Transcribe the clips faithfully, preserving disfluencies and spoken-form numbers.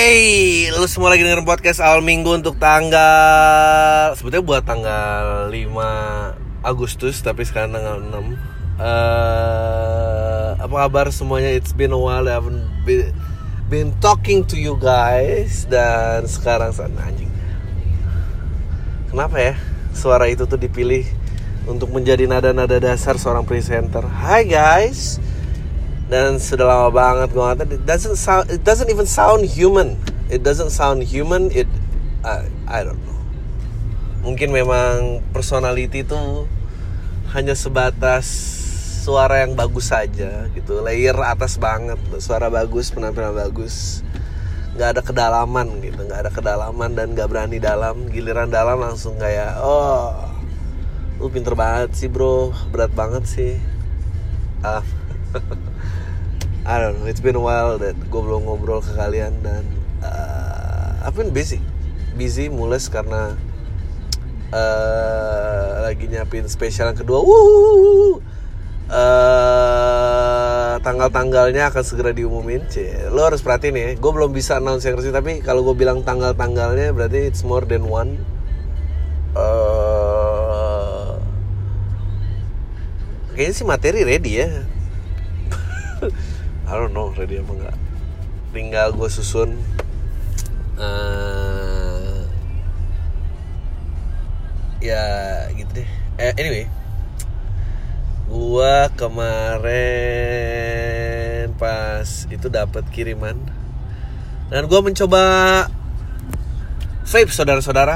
Hey, lu semua lagi dengerin podcast awal minggu untuk tanggal, sebetulnya buat tanggal lima Agustus, tapi sekarang tanggal enam. uh, Apa kabar semuanya? It's been a while I haven't been, been talking to you guys. Dan sekarang sana anjing, kenapa ya suara itu tuh dipilih untuk menjadi nada-nada dasar seorang presenter? Hi guys. Dan sudah lama banget gue ngatain, it doesn't sound, it doesn't even sound human. It doesn't sound human. It, I, I don't know. Mungkin memang personality itu hanya sebatas suara yang bagus saja gitu, layer atas banget, suara bagus, penampilan bagus, nggak ada kedalaman gitu, nggak ada kedalaman dan nggak berani dalam. Giliran dalam langsung kayak, oh, lu pinter banget sih bro, berat banget sih. Ah. I don't know, it's been a while that gue belum ngobrol ke kalian. Dan uh, I've been busy Busy mules karena uh, lagi nyiapin spesial yang kedua. Wuh, uh, Tanggal-tanggalnya akan segera diumumin. Cie, lo harus perhatiin ya, gue belum bisa announce yang resmi, tapi kalau gue bilang tanggal-tanggalnya berarti it's more than one. uh, Kayaknya sih materi ready ya. I don't know ready apa enggak. Tinggal gue susun. uh, Ya gitu deh. eh, Anyway, gue kemarin pas itu dapat kiriman dan gue mencoba vape, saudara-saudara.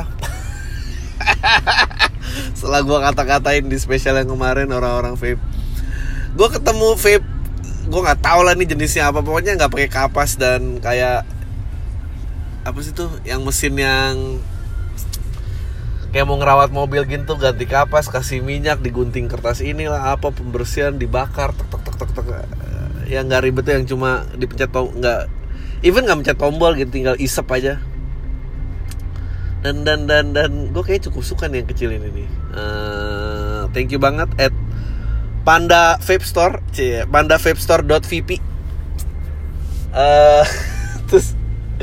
Setelah gue kata-katain di spesial yang kemarin orang-orang vape, gue ketemu vape. Gue nggak tahu lah nih jenisnya apa, pokoknya nggak pakai kapas dan kayak apa sih tuh yang mesin yang kayak mau ngerawat mobil gitu, ganti kapas, kasih minyak, digunting kertas inilah apa, pembersihan, dibakar, tek tek tek tek tek. Yang nggak ribet tuh, yang cuma dipencet tombol, nggak even nggak mencet tombol gitu, tinggal isep aja. Dan dan dan dan gue kayak cukup suka nih yang kecil ini nih. Uh, thank you banget at Panda Vape Store, cie, panda vape store dot v p. Uh, terus,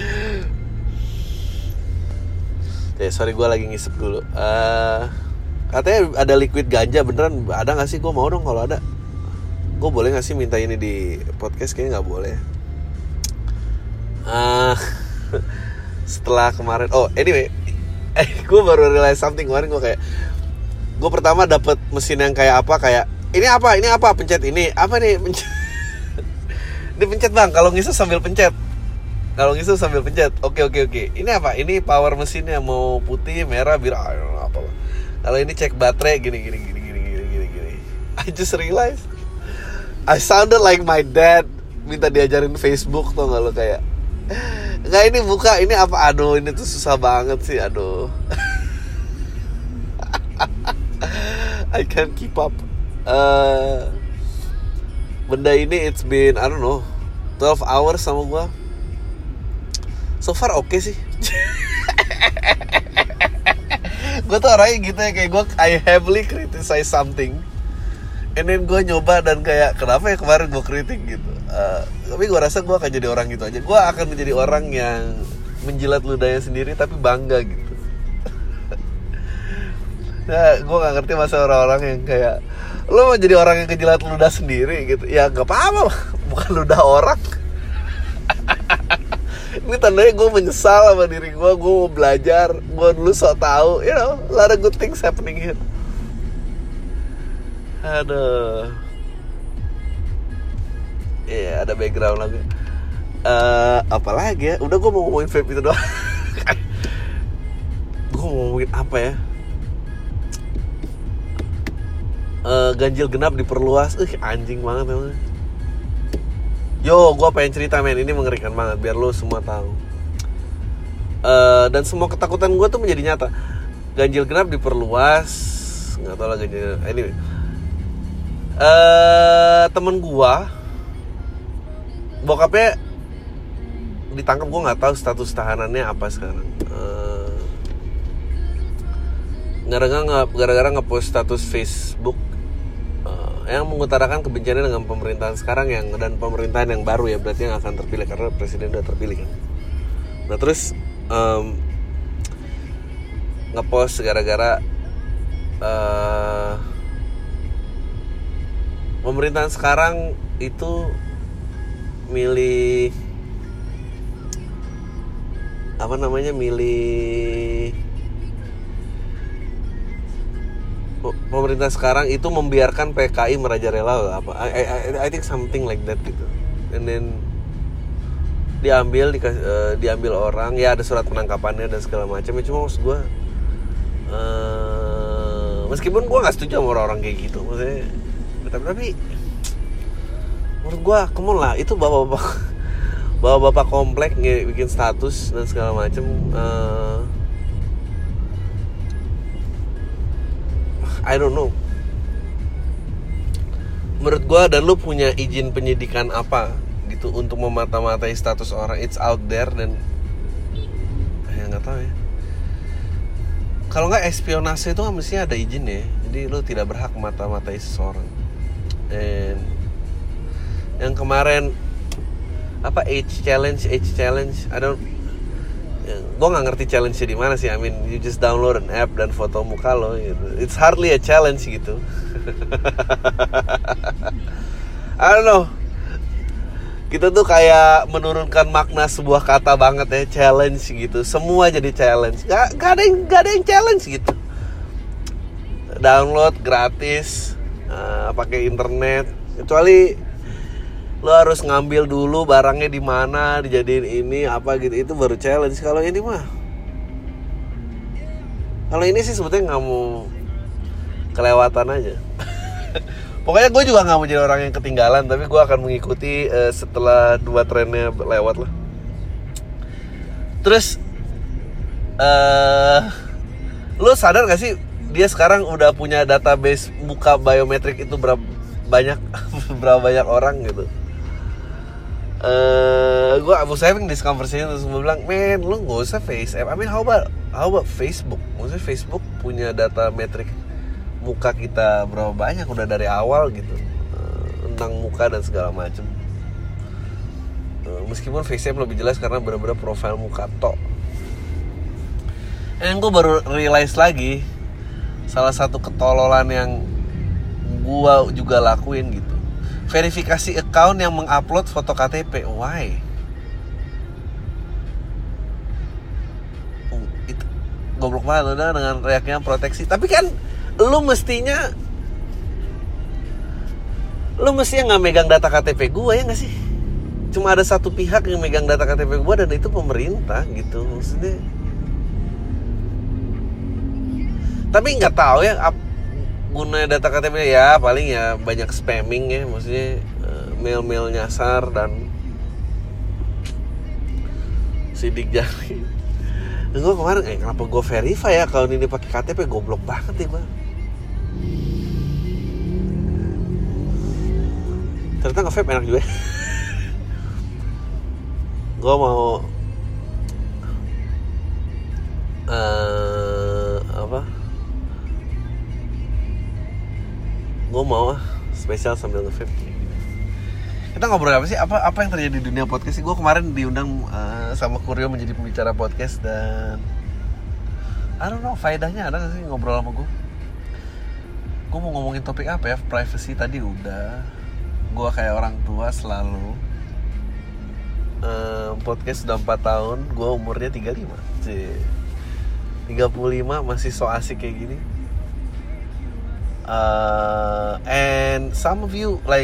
eh sorry gue lagi ngisep dulu. Uh, katanya ada liquid ganja, beneran ada nggak sih? Gue mau dong kalau ada. Gue boleh nggak sih minta ini di podcast? Kayaknya nggak boleh. Uh, setelah kemarin, oh anyway, eh gue baru realize something kemarin. Gue kayak, gue pertama dapet mesin yang kayak apa, kayak ini apa, ini apa, pencet ini, apa nih, pencet. Dipencet bang, kalau ngisep sambil pencet. Kalau ngisep sambil pencet, oke oke oke. Ini apa, ini power mesinnya, mau putih, merah, biru, apa. Kalau ini cek baterai, gini gini gini gini gini gini gini. I just realized, I sounded like my dad minta diajarin Facebook, tau gak lo, kayak, nggak ini buka, ini apa, aduh ini tuh susah banget sih, aduh. I can't keep up. Uh, benda ini it's been I don't know twelve hours sama gue. So far oke okay sih. Gue tuh orangnya gitu ya, kayak gue I heavily criticize something and then gue nyoba dan kayak kenapa ya kemarin gue kritik gitu. uh, Tapi gue rasa gue akan jadi orang gitu aja. Gue akan menjadi orang yang menjilat ludahnya sendiri tapi bangga gitu. Nah, gue gak ngerti masa orang-orang yang kayak, lo mau jadi orang yang kejilat ludah sendiri gitu. Ya gak apa-apa, bukan ludah orang. Ini tandanya gue menyesal sama diri gue. Gue mau belajar, gue dulu sok tahu. You know, a lot of good things happening here. Aduh. Iya, yeah, ada background lagi. uh, Apa lagi ya, udah gue mau ngomongin vape itu doang. Gue mau ngomongin apa ya. Uh, ganjil genap diperluas. Uh, anjing banget emang. Yo, gue pengen cerita men, ini mengerikan banget biar lo semua tahu. Uh, dan semua ketakutan gue tuh menjadi nyata. Ganjil genap diperluas, nggak tahu lah ganjil. Anyway, uh, temen gue, bokapnya ditangkap. Gue nggak tahu status tahanannya apa sekarang. Uh, gara-gara gara-gara ngepost status Facebook yang mengutarakan kebenciannya dengan pemerintahan sekarang yang dan pemerintahan yang baru ya, berarti yang akan terpilih karena presiden udah terpilih kan. Nah terus um, ngepost gara-gara uh, pemerintahan sekarang itu milih apa namanya milih pemerintah sekarang itu membiarkan P K I merajalela apa I, I, I think something like that gitu. And then diambil di, uh, diambil orang ya ada surat penangkapannya dan segala macam ya. Cuma maksud gue uh, meskipun gue nggak setuju sama orang-orang kayak gitu maksudnya tapi, tapi menurut gue come on lah itu bapak-bapak bapak-bapak komplek bikin status dan segala macam uh, I don't know. Menurut gue dan lu punya izin penyidikan apa gitu untuk memata-matai status orang, it's out there dan ya nggak tahu ya. Kalau nggak espionase itu kan mestinya ada izin ya, jadi lu tidak berhak mata-matai seseorang. And yang kemarin apa age challenge, age challenge, I don't, ya, gue nggak ngerti challenge-nya di mana sih. I mean you just download an app dan foto muka lo gitu. It's hardly a challenge gitu. I don't know. Kita tuh kayak menurunkan makna sebuah kata banget ya, challenge gitu. Semua jadi challenge. Gak, gak ada yang gak ada yang challenge gitu. Download gratis, uh, pakai internet. Kecuali lo harus ngambil dulu barangnya di mana, dijadiin ini apa gitu, itu baru challenge. Kalau ini mah, kalau ini sih sebetulnya nggak mau kelewatan aja. Pokoknya gue juga nggak mau jadi orang yang ketinggalan, tapi gue akan mengikuti uh, setelah dua trennya lewat lah. Terus, uh, lo sadar gak sih dia sekarang udah punya database muka biometrik itu berapa banyak berapa banyak orang gitu. Uh, gue I was having this conversation terus gue bilang, man, lu nggak usah face app. I mean, how about how about Facebook? Maksudnya Facebook punya data metrik muka kita berapa banyak udah dari awal gitu, uh, tentang muka dan segala macam. Uh, meskipun face app lebih jelas karena benar-benar profil muka tok. And gue baru realize lagi salah satu ketololan yang gue juga lakuin gitu. Verifikasi account yang mengupload foto K T P. Why? Oh, itu goblok banget udah dengan reaknya proteksi. Tapi kan lu mestinya lu mestinya nggak megang data K T P gue ya nggak sih? Cuma ada satu pihak yang megang data K T P gue dan itu pemerintah gitu maksudnya. Tapi nggak tahu ya ap- guna data K T P ya paling ya banyak spamming ya, maksudnya uh, mail-mail nyasar dan sidik jari. Dan gue kemarin eh kenapa gue verify ya kalau ini pakai K T P, goblok banget ya gue. Ternyata nge-vape enak juga. Gue mau uh, apa? Gue mau spesial sambil nge-vape. Kita ngobrol apa sih? Apa apa yang terjadi di dunia podcast sih? Gue kemarin diundang uh, sama Kuryo menjadi pembicara podcast dan I don't know, faedahnya ada gak sih ngobrol sama gue? Gue mau ngomongin topik apa ya? Privacy tadi udah. Gue kayak orang tua selalu. uh, Podcast udah empat tahun. Gue umurnya tiga puluh lima. Cih, tiga puluh lima masih so asik kayak gini. Uh, and some of you like,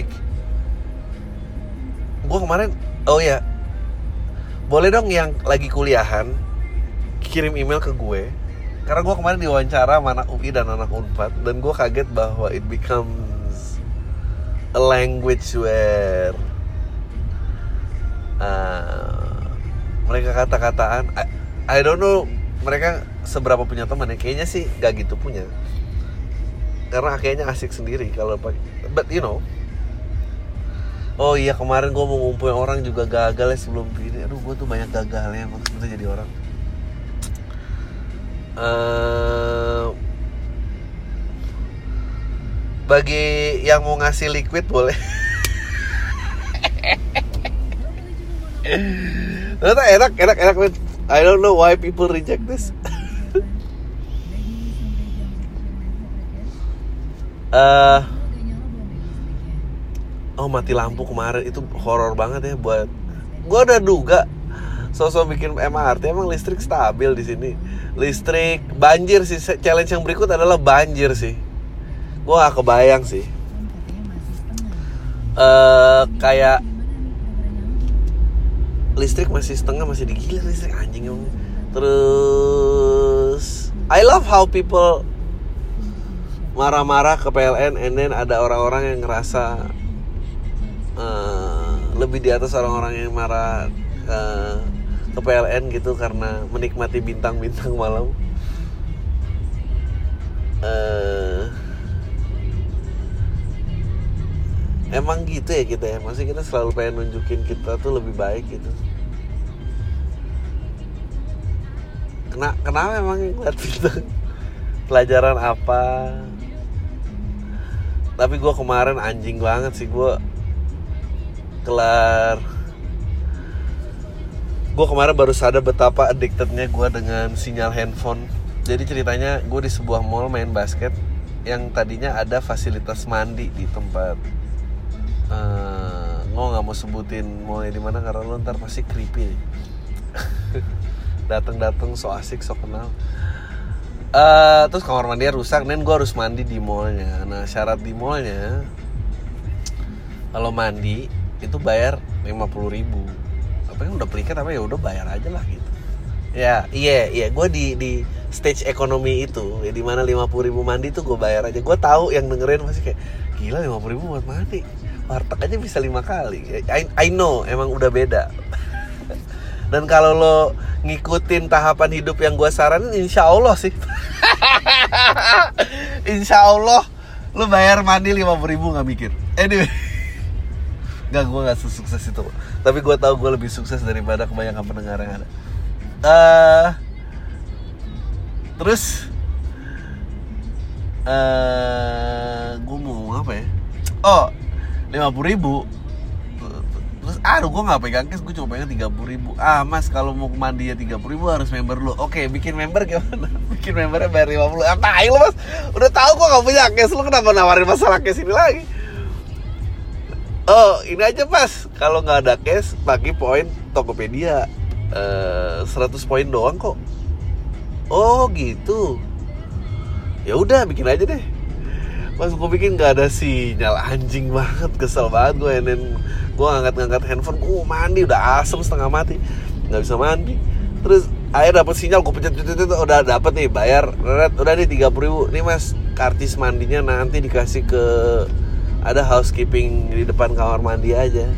gue kemarin, oh ya, boleh dong yang lagi kuliahan kirim email ke gue, karena gue kemarin diwawancara sama anak U I dan anak Unpad dan gue kaget bahwa it becomes a language where uh, mereka kata-kataan, I, I don't know mereka seberapa punya teman ya, kayaknya sih gak gitu punya. Karena kayaknya asik sendiri kalau pakai. But you know. Oh iya, kemarin gue mau ngumpulin orang juga gagal ya sebelum ini. Aduh, gue tuh banyak gagalnya maksudnya jadi orang. Uh, bagi yang mau ngasih liquid boleh. Ternyata enak, enak, enak. I don't know why people reject this. uh, oh mati lampu kemarin itu horor banget ya buat. Gue udah duga sosok bikin M R T emang listrik stabil di sini. Listrik, banjir sih. Challenge yang berikut adalah banjir sih. Gue gak kebayang sih. Uh, kayak listrik masih setengah, masih digilir listrik, anjing emang. Terus I love how people marah-marah ke P L N, and then ada orang-orang yang ngerasa uh, lebih di atas orang-orang yang marah uh, ke P L N gitu karena menikmati bintang-bintang malam. uh, Emang gitu ya kita ya, maksudnya kita selalu pengen nunjukin kita tuh lebih baik gitu. Kena, kenapa emang ngeliat bintang? Pelajaran apa? Tapi gue kemarin anjing banget sih, gue kelar. Gue kemarin baru sadar betapa addictednya gue dengan sinyal handphone. Jadi ceritanya gue di sebuah mall main basket yang tadinya ada fasilitas mandi di tempat. Uh, gue nggak mau sebutin mallnya di mana karena lo ntar pasti creepy. Datang-datang so asik so kenal. Uh, terus kamar mandinya rusak, dan gue harus mandi di mallnya. Nah syarat di mallnya kalau mandi itu bayar lima puluh ribu. Apa yang udah perikat apa ya udah bayar aja lah gitu. Ya iya iya gue di di stage ekonomi itu ya, di mana lima puluh ribu mandi tuh gue bayar aja. Gue tahu yang dengerin masih kayak gila lima puluh ribu buat mandi. Warteg aja bisa lima kali. I, I know emang udah beda. Dan kalau lo ngikutin tahapan hidup yang gue saranin, insya Allah sih insya Allah lo bayar mandi lima puluh ribu gak mikir. Anyway, gak, gue gak sukses itu. Tapi gue tahu gue lebih sukses daripada kebanyakan pendengar yang ada. uh, Terus uh, gue mau ngomong apa ya. Oh lima puluh ribu. Terus aduh gue gak pegang cash, gue cuma pegang tiga puluh ribu. Ah mas kalau mau mandi ya tiga puluh ribu harus member lu. Oke bikin member gimana? Bikin membernya bayar lima puluh. Ah tai lu mas, udah tahu gue gak punya cash, lu kenapa nawarin masalah cash ini lagi? Oh ini aja mas, kalau gak ada cash pakai poin Tokopedia. uh, seratus poin doang kok. Oh gitu. Ya udah bikin aja deh. Pas gue bikin gak ada sinyal, anjing banget, kesel banget gue. And then gue ngangkat-ngangkat handphone, gue mandi udah asem setengah mati, nggak bisa mandi. Terus akhirnya dapet sinyal, gue pencet-pencet itu udah dapet nih, bayar, udah nih tiga puluh ribu. Nih mas, karcis mandinya nanti dikasih ke ada housekeeping di depan kamar mandi aja.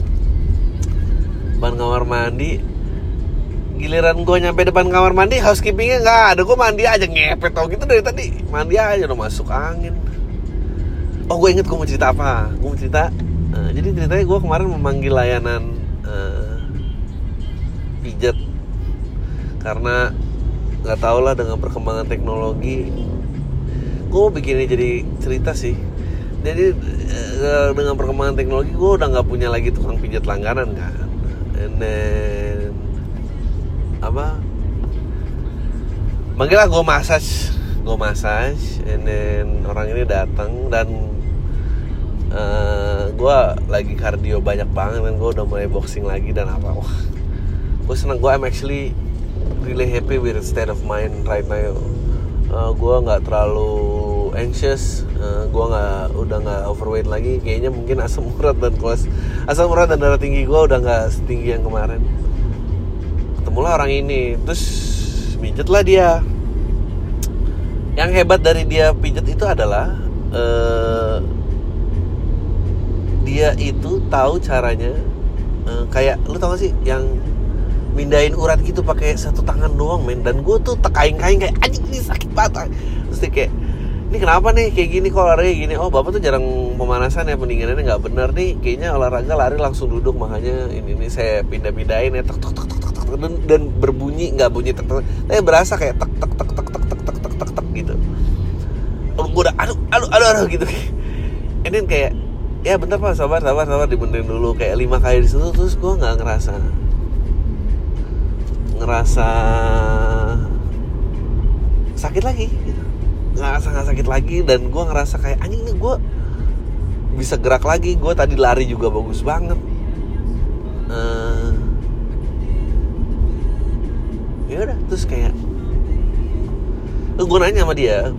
Depan kamar mandi. Giliran gue nyampe depan kamar mandi, housekeepingnya nggak ada. Gue mandi aja ngepet tau gitu dari tadi, mandi aja udah masuk angin. Oh gue inget gue mau cerita apa. Gue mau cerita uh, jadi ceritanya gue kemarin memanggil layanan uh, pijat. Karena gak tau lah dengan perkembangan teknologi. Gue bikin ini jadi cerita sih. Jadi uh, dengan perkembangan teknologi gue udah gak punya lagi tukang pijat langganan kan. And then apa manggil lah gue massage. Gue massage and then orang ini datang. Dan Uh, gue lagi kardio banyak banget dan gue udah mulai boxing lagi dan apa. Wah, gue seneng. Gue I'm actually really happy with the state of mind right now. uh, Gue nggak terlalu anxious. uh, Gue nggak udah nggak overweight lagi. Kayaknya mungkin asam urat dan koles asam urat dan darah tinggi gue udah nggak setinggi yang kemarin. Ketemulah orang ini, terus mijet lah dia. Yang hebat dari dia pijat itu adalah uh, dia itu tahu caranya. uh, Kayak lu tau gak sih yang mindahin urat gitu pakai satu tangan doang men. Dan gue tuh tekain-kain kayak anjing ini sakit banget. Terus dia kayak ini kenapa nih kayak gini kok lari gini. Oh bapak tuh jarang pemanasan ya, pendinginannya gak bener nih. Kayaknya olahraga lari langsung duduk, makanya ini, ini saya pindah-pindahin ya tek tek tek tek tek dan, dan berbunyi gak bunyi tek tek, tapi berasa kayak tek tek tek tek tek tek tek tek tek tek gitu. Gue udah aduh aduh aduh aduh gitu. And then kayak ya bentar pak, sabar sabar sabar dibenerin dulu kayak lima kali di situ. Terus gue nggak ngerasa ngerasa sakit lagi gitu. Ngerasa gak sakit lagi. Dan gue ngerasa kayak anjing nih gue bisa gerak lagi. Gue tadi lari juga bagus banget. uh, Ya udah, terus kayak gue nanya sama dia,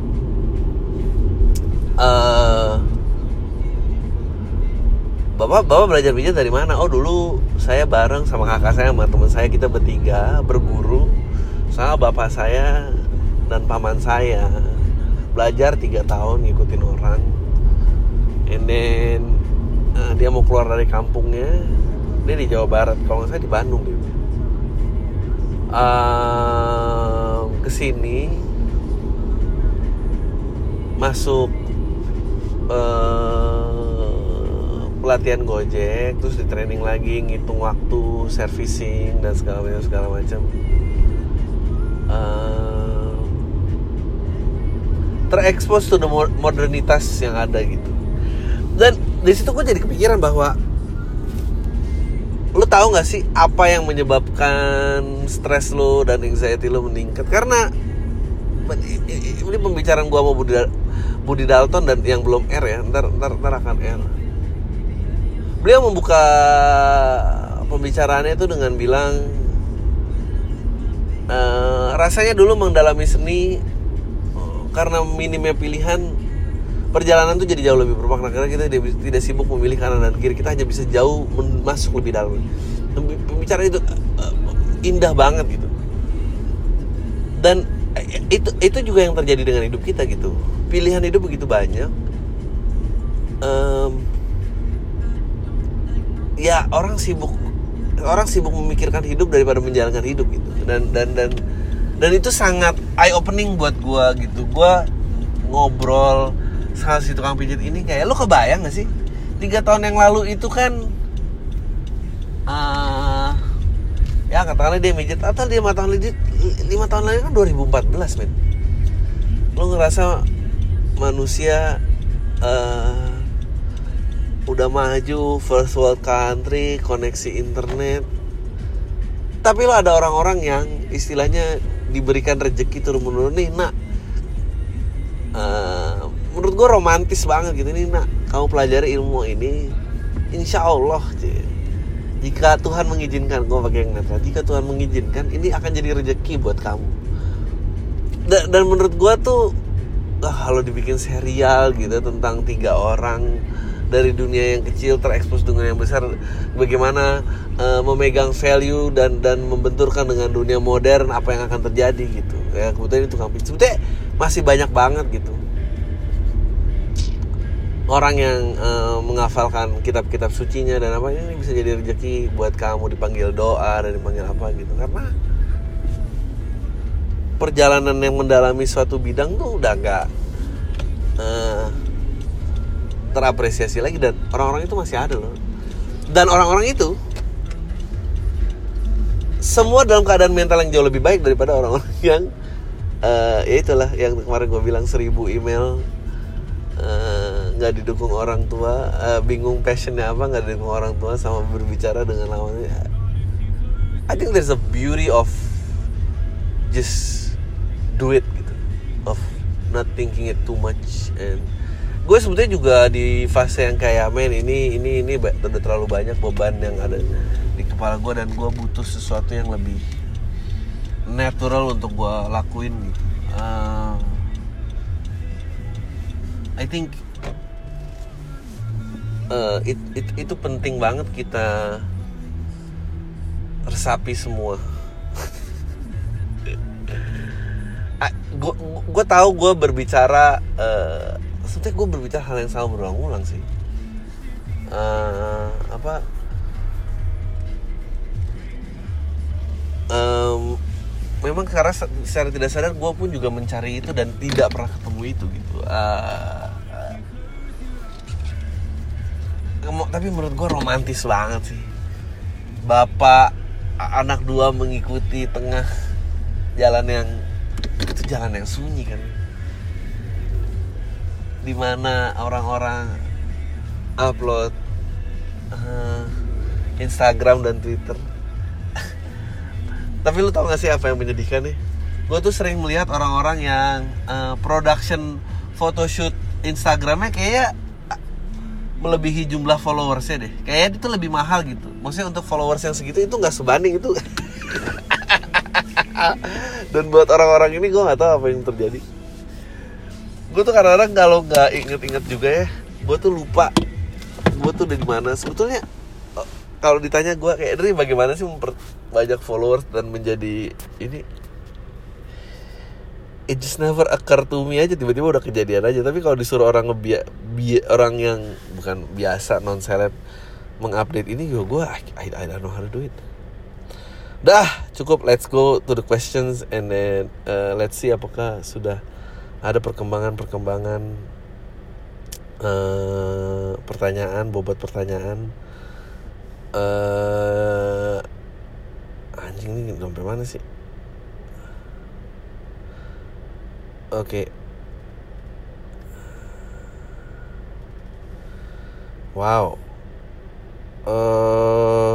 uh, Bapak, Bapak belajar pijat dari mana? Oh dulu saya bareng sama kakak saya sama teman saya, kita bertiga berguru sama bapak saya dan paman saya. Belajar tiga tahun ngikutin orang. And then uh, dia mau keluar dari kampungnya. Dia di Jawa Barat, kalau nggak salah di Bandung dia. Uh, kesini masuk uh, pelatihan Gojek, terus di training lagi, ngitung waktu, servicing dan segala macam segala macam. Uh, terekspos to the modernitas yang ada gitu. Dan di situ gue jadi kepikiran bahwa lu tahu nggak sih apa yang menyebabkan stres lu dan anxiety lu meningkat? Karena ini pembicaraan gua sama Budi, Budi Dalton dan yang belum R ya, ntar, ntar, ntar akan R. Beliau membuka pembicaraannya itu dengan bilang e, rasanya dulu mendalami seni karena minimnya pilihan, perjalanan tuh jadi jauh lebih bermakna karena kita tidak, tidak sibuk memilih kanan dan kiri, kita hanya bisa jauh masuk lebih dalam. Pembicaraan itu uh, indah banget gitu. Dan uh, itu itu juga yang terjadi dengan hidup kita gitu. Pilihan hidup begitu banyak. Um, ya orang sibuk orang sibuk memikirkan hidup daripada menjalankan hidup gitu. Dan dan dan dan itu sangat eye opening buat gua gitu. Gua ngobrol sama si tukang pijit ini kayak, lo kebayang gak sih tiga tahun yang lalu itu kan uh, ya katakanlah dia mijit atau dia lima tahun lalu lima tahun lalu kan dua ribu empat belas men. Lo ngerasa manusia uh, udah maju, first world country, koneksi internet, tapi lo ada orang-orang yang istilahnya diberikan rezeki turun-menurun nih nak, uh, menurut gue romantis banget gitu nih nak, kamu pelajari ilmu ini, insya Allah jika Tuhan mengizinkan, gue pakai yang netral, jika Tuhan mengizinkan ini akan jadi rezeki buat kamu. Dan, dan menurut gue tuh ah, kalau dibikin serial gitu tentang tiga orang dari dunia yang kecil terekspos dengan yang besar, bagaimana uh, memegang value dan dan membenturkan dengan dunia modern, apa yang akan terjadi gitu ya. Kebetulan itu kampung sebetulnya masih banyak banget gitu orang yang uh, menghafalkan kitab-kitab sucinya dan apa, ini bisa jadi rezeki buat kamu, dipanggil doa dan dipanggil apa gitu. Karena perjalanan yang mendalami suatu bidang tuh udah gak uh, terapresiasi lagi, dan orang-orang itu masih ada loh. Dan orang-orang itu semua dalam keadaan mental yang jauh lebih baik daripada orang-orang yang uh, ya itulah yang kemarin gue bilang, seribu email nggak uh, didukung orang tua, uh, bingung passionnya apa, nggak didukung orang tua, sama berbicara dengan lawannya. I think there's a beauty of just do it gitu, of not thinking it too much. And gue sebetulnya juga di fase yang kayak men ini ini ini udah terlalu banyak beban yang ada di kepala gue, dan gue butuh sesuatu yang lebih natural untuk gue lakuin gitu. Uh, I think uh, it, it, itu penting banget kita resapi semua. Gue gue tahu gue berbicara, uh, sebetulnya gue berbicara hal yang sama berulang-ulang sih. Uh, apa? Um, memang karena secara tidak sadar gue pun juga mencari itu dan tidak pernah ketemu itu gitu. Uh, tapi menurut gue romantis banget sih, bapak anak dua mengikuti tengah jalan yang itu jalan yang sunyi kan, dimana orang-orang upload uh, Instagram dan Twitter Tapi lu tau gak sih apa yang menyedihkan nih? Gue tuh sering melihat orang-orang yang uh, production photoshoot Instagramnya kayak melebihi jumlah followersnya deh. Kayaknya itu lebih mahal gitu. Maksudnya untuk followers yang segitu itu gak sebanding itu. Dan buat orang-orang ini gue gak tahu apa yang terjadi. Gue tuh kadang-kadang kalau gak inget-inget juga ya, gue tuh lupa gue tuh dari mana. Sebetulnya kalau ditanya gue kayak dari bagaimana sih memperbanyak followers dan menjadi ini, it just never occur to me aja, tiba-tiba udah kejadian aja. Tapi kalau disuruh orang ngebia, bi, orang yang bukan biasa non seleb mengupdate ini, gue gue I, I don't know how to do it. Dah cukup, let's go to the questions and then uh, let's see apakah sudah ada perkembangan-perkembangan uh, pertanyaan, bobot pertanyaan. Uh, anjing ini sampai mana sih? Oke. Okay. Wow. Uh,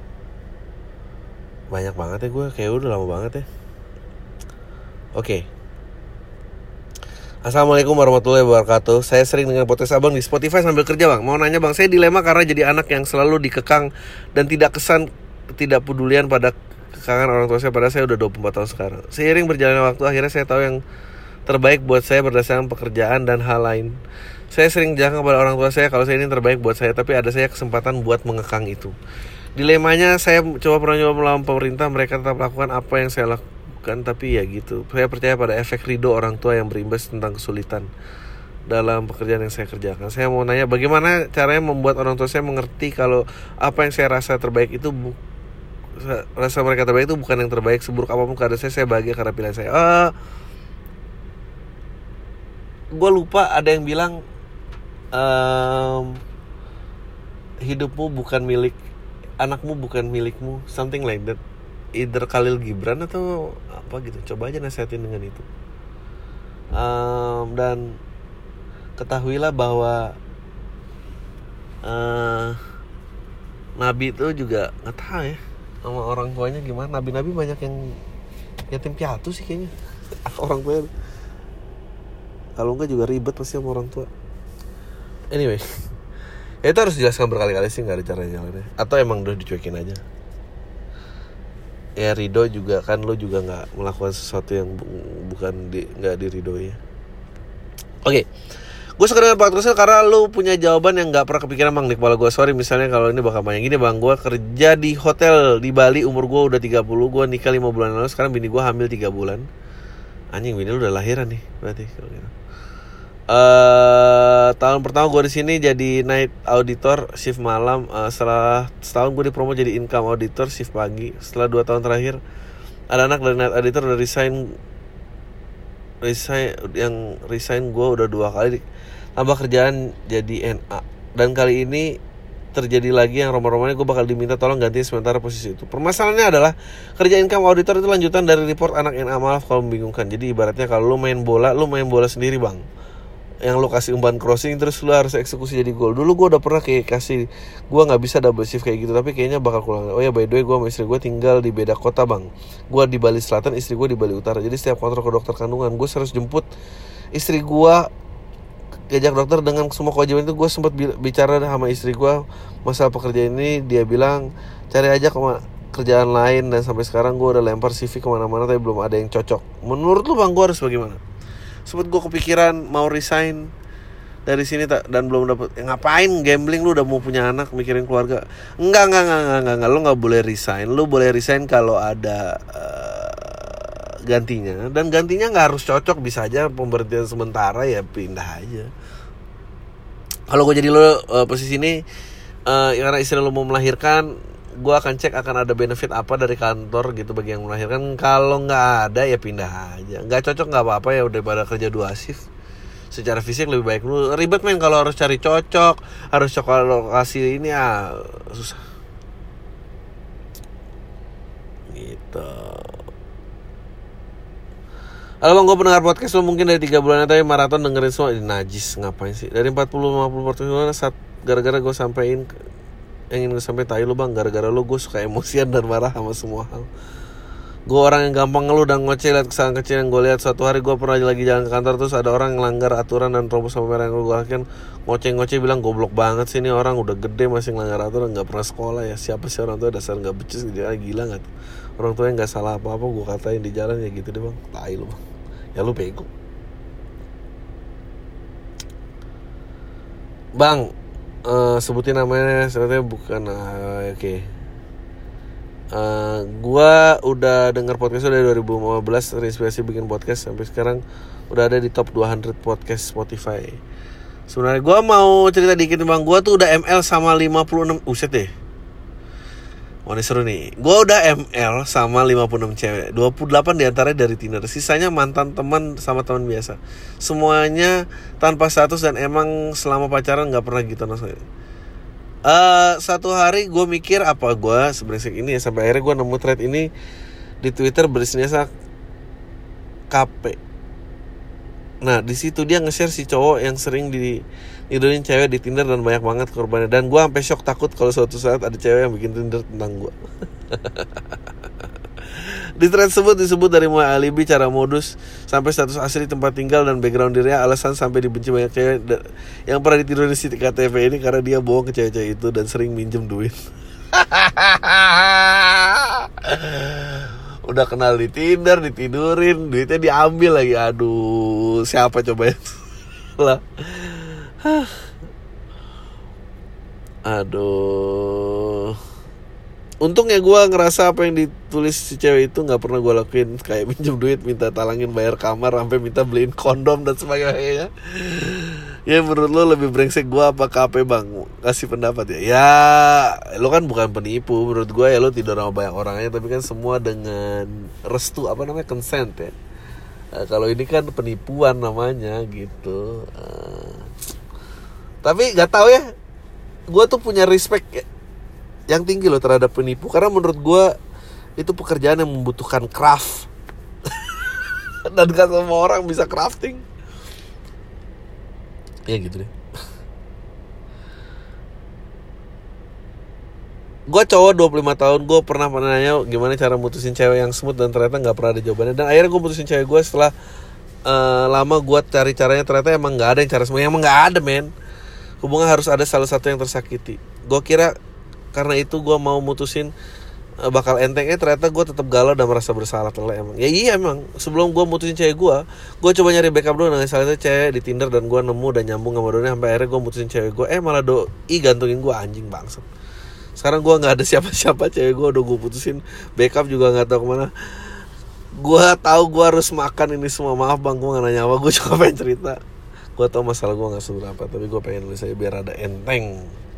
banyak banget ya, gue kayak udah lama banget ya. Oke. Okay. Assalamualaikum warahmatullahi wabarakatuh. Saya sering dengan podcast abang di Spotify sambil kerja bang. Mau nanya bang, saya dilema karena jadi anak yang selalu dikekang dan tidak kesan tidak pedulian pada kekangan orang tua saya. Padahal saya udah dua puluh empat tahun sekarang. Seiring berjalannya waktu, akhirnya saya tahu yang terbaik buat saya berdasarkan pekerjaan dan hal lain. Saya sering bilang kepada orang tua saya kalau saya ini terbaik buat saya, tapi ada saya kesempatan buat mengekang itu. Dilemanya, saya coba pernah nyoba melawan pemerintah, mereka tetap lakukan apa yang saya lakukan, tapi ya gitu. Saya percaya pada efek ridho orang tua yang berimbas tentang kesulitan dalam pekerjaan yang saya kerjakan. Saya mau nanya, bagaimana caranya membuat orang tua saya mengerti kalau apa yang saya rasa terbaik itu bu- rasa mereka terbaik itu bukan yang terbaik. Seburuk apapun keadaan saya, saya bahagia karena pilihan saya. Ah, gue lupa ada yang bilang um, hidupmu bukan milik, anakmu bukan milikmu, something like that. Either Khalil Gibran atau apa gitu. Coba aja nasihatin dengan itu. Um, dan ketahuilah bahwa uh, Nabi itu juga nggak tahu ya sama orang tuanya gimana. Nabi-nabi banyak yang yatim piatu sih kayaknya. Orang tuanya kalau enggak juga ribet pasti sama orang tua. Anyway, ya itu harus dijelaskan berkali-kali sih, nggak ada caranya jalannya. Atau emang udah dicuekin aja. Ya ridho juga kan, lo juga nggak melakukan sesuatu yang bu- bukan di, nggak diridhoi. Oke, okay. Gue suka dengan podcastnya karena lo punya jawaban yang nggak pernah kepikiran bang di kepala gue. Sorry misalnya kalau ini bakal banyak gini bang. Gue kerja di hotel di Bali, umur gue udah tiga puluh. Gue nikah lima bulan lalu, sekarang bini gue hamil tiga bulan. Anjing, bini lu udah lahiran nih berarti kalau gitu. Uh, tahun pertama gue di sini jadi night auditor shift malam. Uh, setelah setahun gue dipromo jadi income auditor shift pagi. Setelah dua tahun terakhir ada anak dari night auditor udah resign, resign yang resign gue udah dua kali tambah kerjaan jadi N A. Dan kali ini terjadi lagi yang roman-romannya, gue bakal diminta tolong gantiin sementara posisi itu. Permasalahannya adalah kerja income auditor itu lanjutan dari report anak N A. Maaf kalau membingungkan. Jadi ibaratnya kalau lu main bola, lu main bola sendiri bang, yang lo kasih umpan crossing terus lo harus eksekusi jadi gol. Dulu gue udah pernah kayak kasih, gue nggak bisa double shift kayak gitu, tapi kayaknya bakal kurang. Oh ya by the way, gue sama istri gue tinggal di beda kota bang. Gue di Bali Selatan, istri gue di Bali Utara. Jadi setiap kontrol ke dokter kandungan gue harus jemput istri gue, diajak dokter dengan semua kewajiban itu. Gue sempat bicara sama istri gue masalah pekerjaan ini, dia bilang cari aja kema- kerjaan lain. Dan sampai sekarang gue udah lempar C V kemana-mana tapi belum ada yang cocok. Menurut lu bang, gue harus bagaimana? Sempet gue kepikiran mau resign dari sini tak, dan belum dapet. Ya, ngapain gambling, lu udah mau punya anak, mikirin keluarga. Enggak, enggak, enggak, enggak, enggak, enggak. Lu gak boleh resign. Lu boleh resign kalau ada uh, gantinya. Dan gantinya gak harus cocok, bisa aja pemberhentian sementara, ya pindah aja. Kalau gue jadi lu uh, posisi ini uh, karena istri lu mau melahirkan, gue akan cek akan ada benefit apa dari kantor gitu bagi yang melahirkan. Kalau nggak ada ya pindah aja. Nggak cocok nggak apa-apa ya, udah pada kerja dua shift. Secara fisik lebih baik lu. Ribet men kalau harus cari cocok, harus cocok lokasi ini ya susah. Gitu. Halo bang, gue pendengar podcast lu mungkin dari tiga bulan tapi maraton dengerin semua. Ini najis, ngapain sih? Dari empat puluh lima puluh pertemuan saat gara-gara gue sampein yang ingin gue sampai tai lu bang, gara-gara lu gue suka emosian dan marah sama semua hal. Gue orang yang gampang ngeluh dan ngoceh liat kesalahan kecil yang gue lihat. Suatu hari gue pernah lagi jalan ke kantor, terus ada orang yang langgar aturan dan terobos sama merah yang gue lakukan. Ngoceh-ngoceh bilang, goblok banget sih ini orang, udah gede masih ngelanggar aturan, gak pernah sekolah ya. Siapa sih orang tua dasar gak becus gitu. Ah, gila gak tuh? Orang tua yang gak salah apa-apa gue katain di jalan ya gitu deh bang. Tai lu bang. Ya lu bego bang. uh, Sebutin namanya, sebetulnya bukan. uh, Oke okay. Uh, gua udah denger podcast dari dua ribu lima belas, terinspirasi bikin podcast sampai sekarang udah ada di top dua ratus podcast Spotify. Sebenarnya gua mau cerita dikit bang, gua tuh udah M L sama lima puluh enam. Uset deh. Wah ini seru nih. Gua udah M L sama lima puluh enam cewek. dua puluh delapan diantaranya dari Tinder. Sisanya mantan teman sama teman biasa. Semuanya tanpa status dan emang selama pacaran gak pernah gitu maksudnya. Uh, satu hari gue mikir apa gue sebrengsek ini ya, sampai akhirnya gue nemu thread ini di Twitter berisinya K P. Nah di situ dia nge-share si cowok yang sering di idolin cewek di Tinder dan banyak banget korbannya. Dan gue sampai shock, takut kalau suatu saat ada cewek yang bikin Tinder tentang gue. Di thread tersebut disebut dari mulai alibi, cara modus, sampai status asli, tempat tinggal, dan background dirinya. Alasan sampai dibenci banyak cewek yang pernah ditidurin di K T P ini karena dia bohong ke cewek-cewek itu dan sering minjem duit. Udah kenal di Tinder, ditidurin, duitnya diambil lagi. Aduh, siapa coba itu? Lah. Aduh. Untungnya gue ngerasa apa yang ditulis si cewek itu gak pernah gue lakuin. Kayak minjem duit, minta talangin bayar kamar, sampai minta beliin kondom dan sebagainya. Ya menurut lo lebih brengsek gue apa K P bang? Kasih pendapat ya. Ya lo kan bukan penipu. Menurut gue ya lo tidur sama banyak orang aja, tapi kan semua dengan restu, apa namanya, consent ya. Nah, kalau ini kan penipuan namanya gitu. uh, Tapi gak tahu ya, gue tuh punya respect ya yang tinggi loh terhadap penipu, karena menurut gue itu pekerjaan yang membutuhkan craft. Dan gak semua orang bisa crafting. Ya gitu deh. Gue cowok dua puluh lima tahun, gue pernah nanya gimana cara mutusin cewek yang smooth, dan ternyata gak pernah ada jawabannya. Dan akhirnya gue mutusin cewek gue setelah uh, lama gue cari caranya, ternyata emang gak ada yang cara smooth. Emang gak ada men. Hubungan harus ada salah satu yang tersakiti. Gue kira karena itu gue mau mutusin uh, bakal enteng, eh ternyata gue tetap galau dan merasa bersalah telah emang. Ya iya emang, sebelum gue mutusin cewek gue, gue coba nyari backup dulu. Nah salah satu cewek di Tinder dan gue nemu dan nyambung sama doi, sampai akhirnya gue mutusin cewek gue. Eh malah doi gantungin gue, anjing bangsat. Sekarang gue nggak ada siapa-siapa, cewek gue udah gue putusin, backup juga nggak tahu kemana. Gue tahu gue harus makan ini semua, maaf bang gue nggak nanya apa, gue cuma pengen cerita. Gue tahu masalah gue nggak seberapa, tapi gue pengen nulis aja biar ada enteng.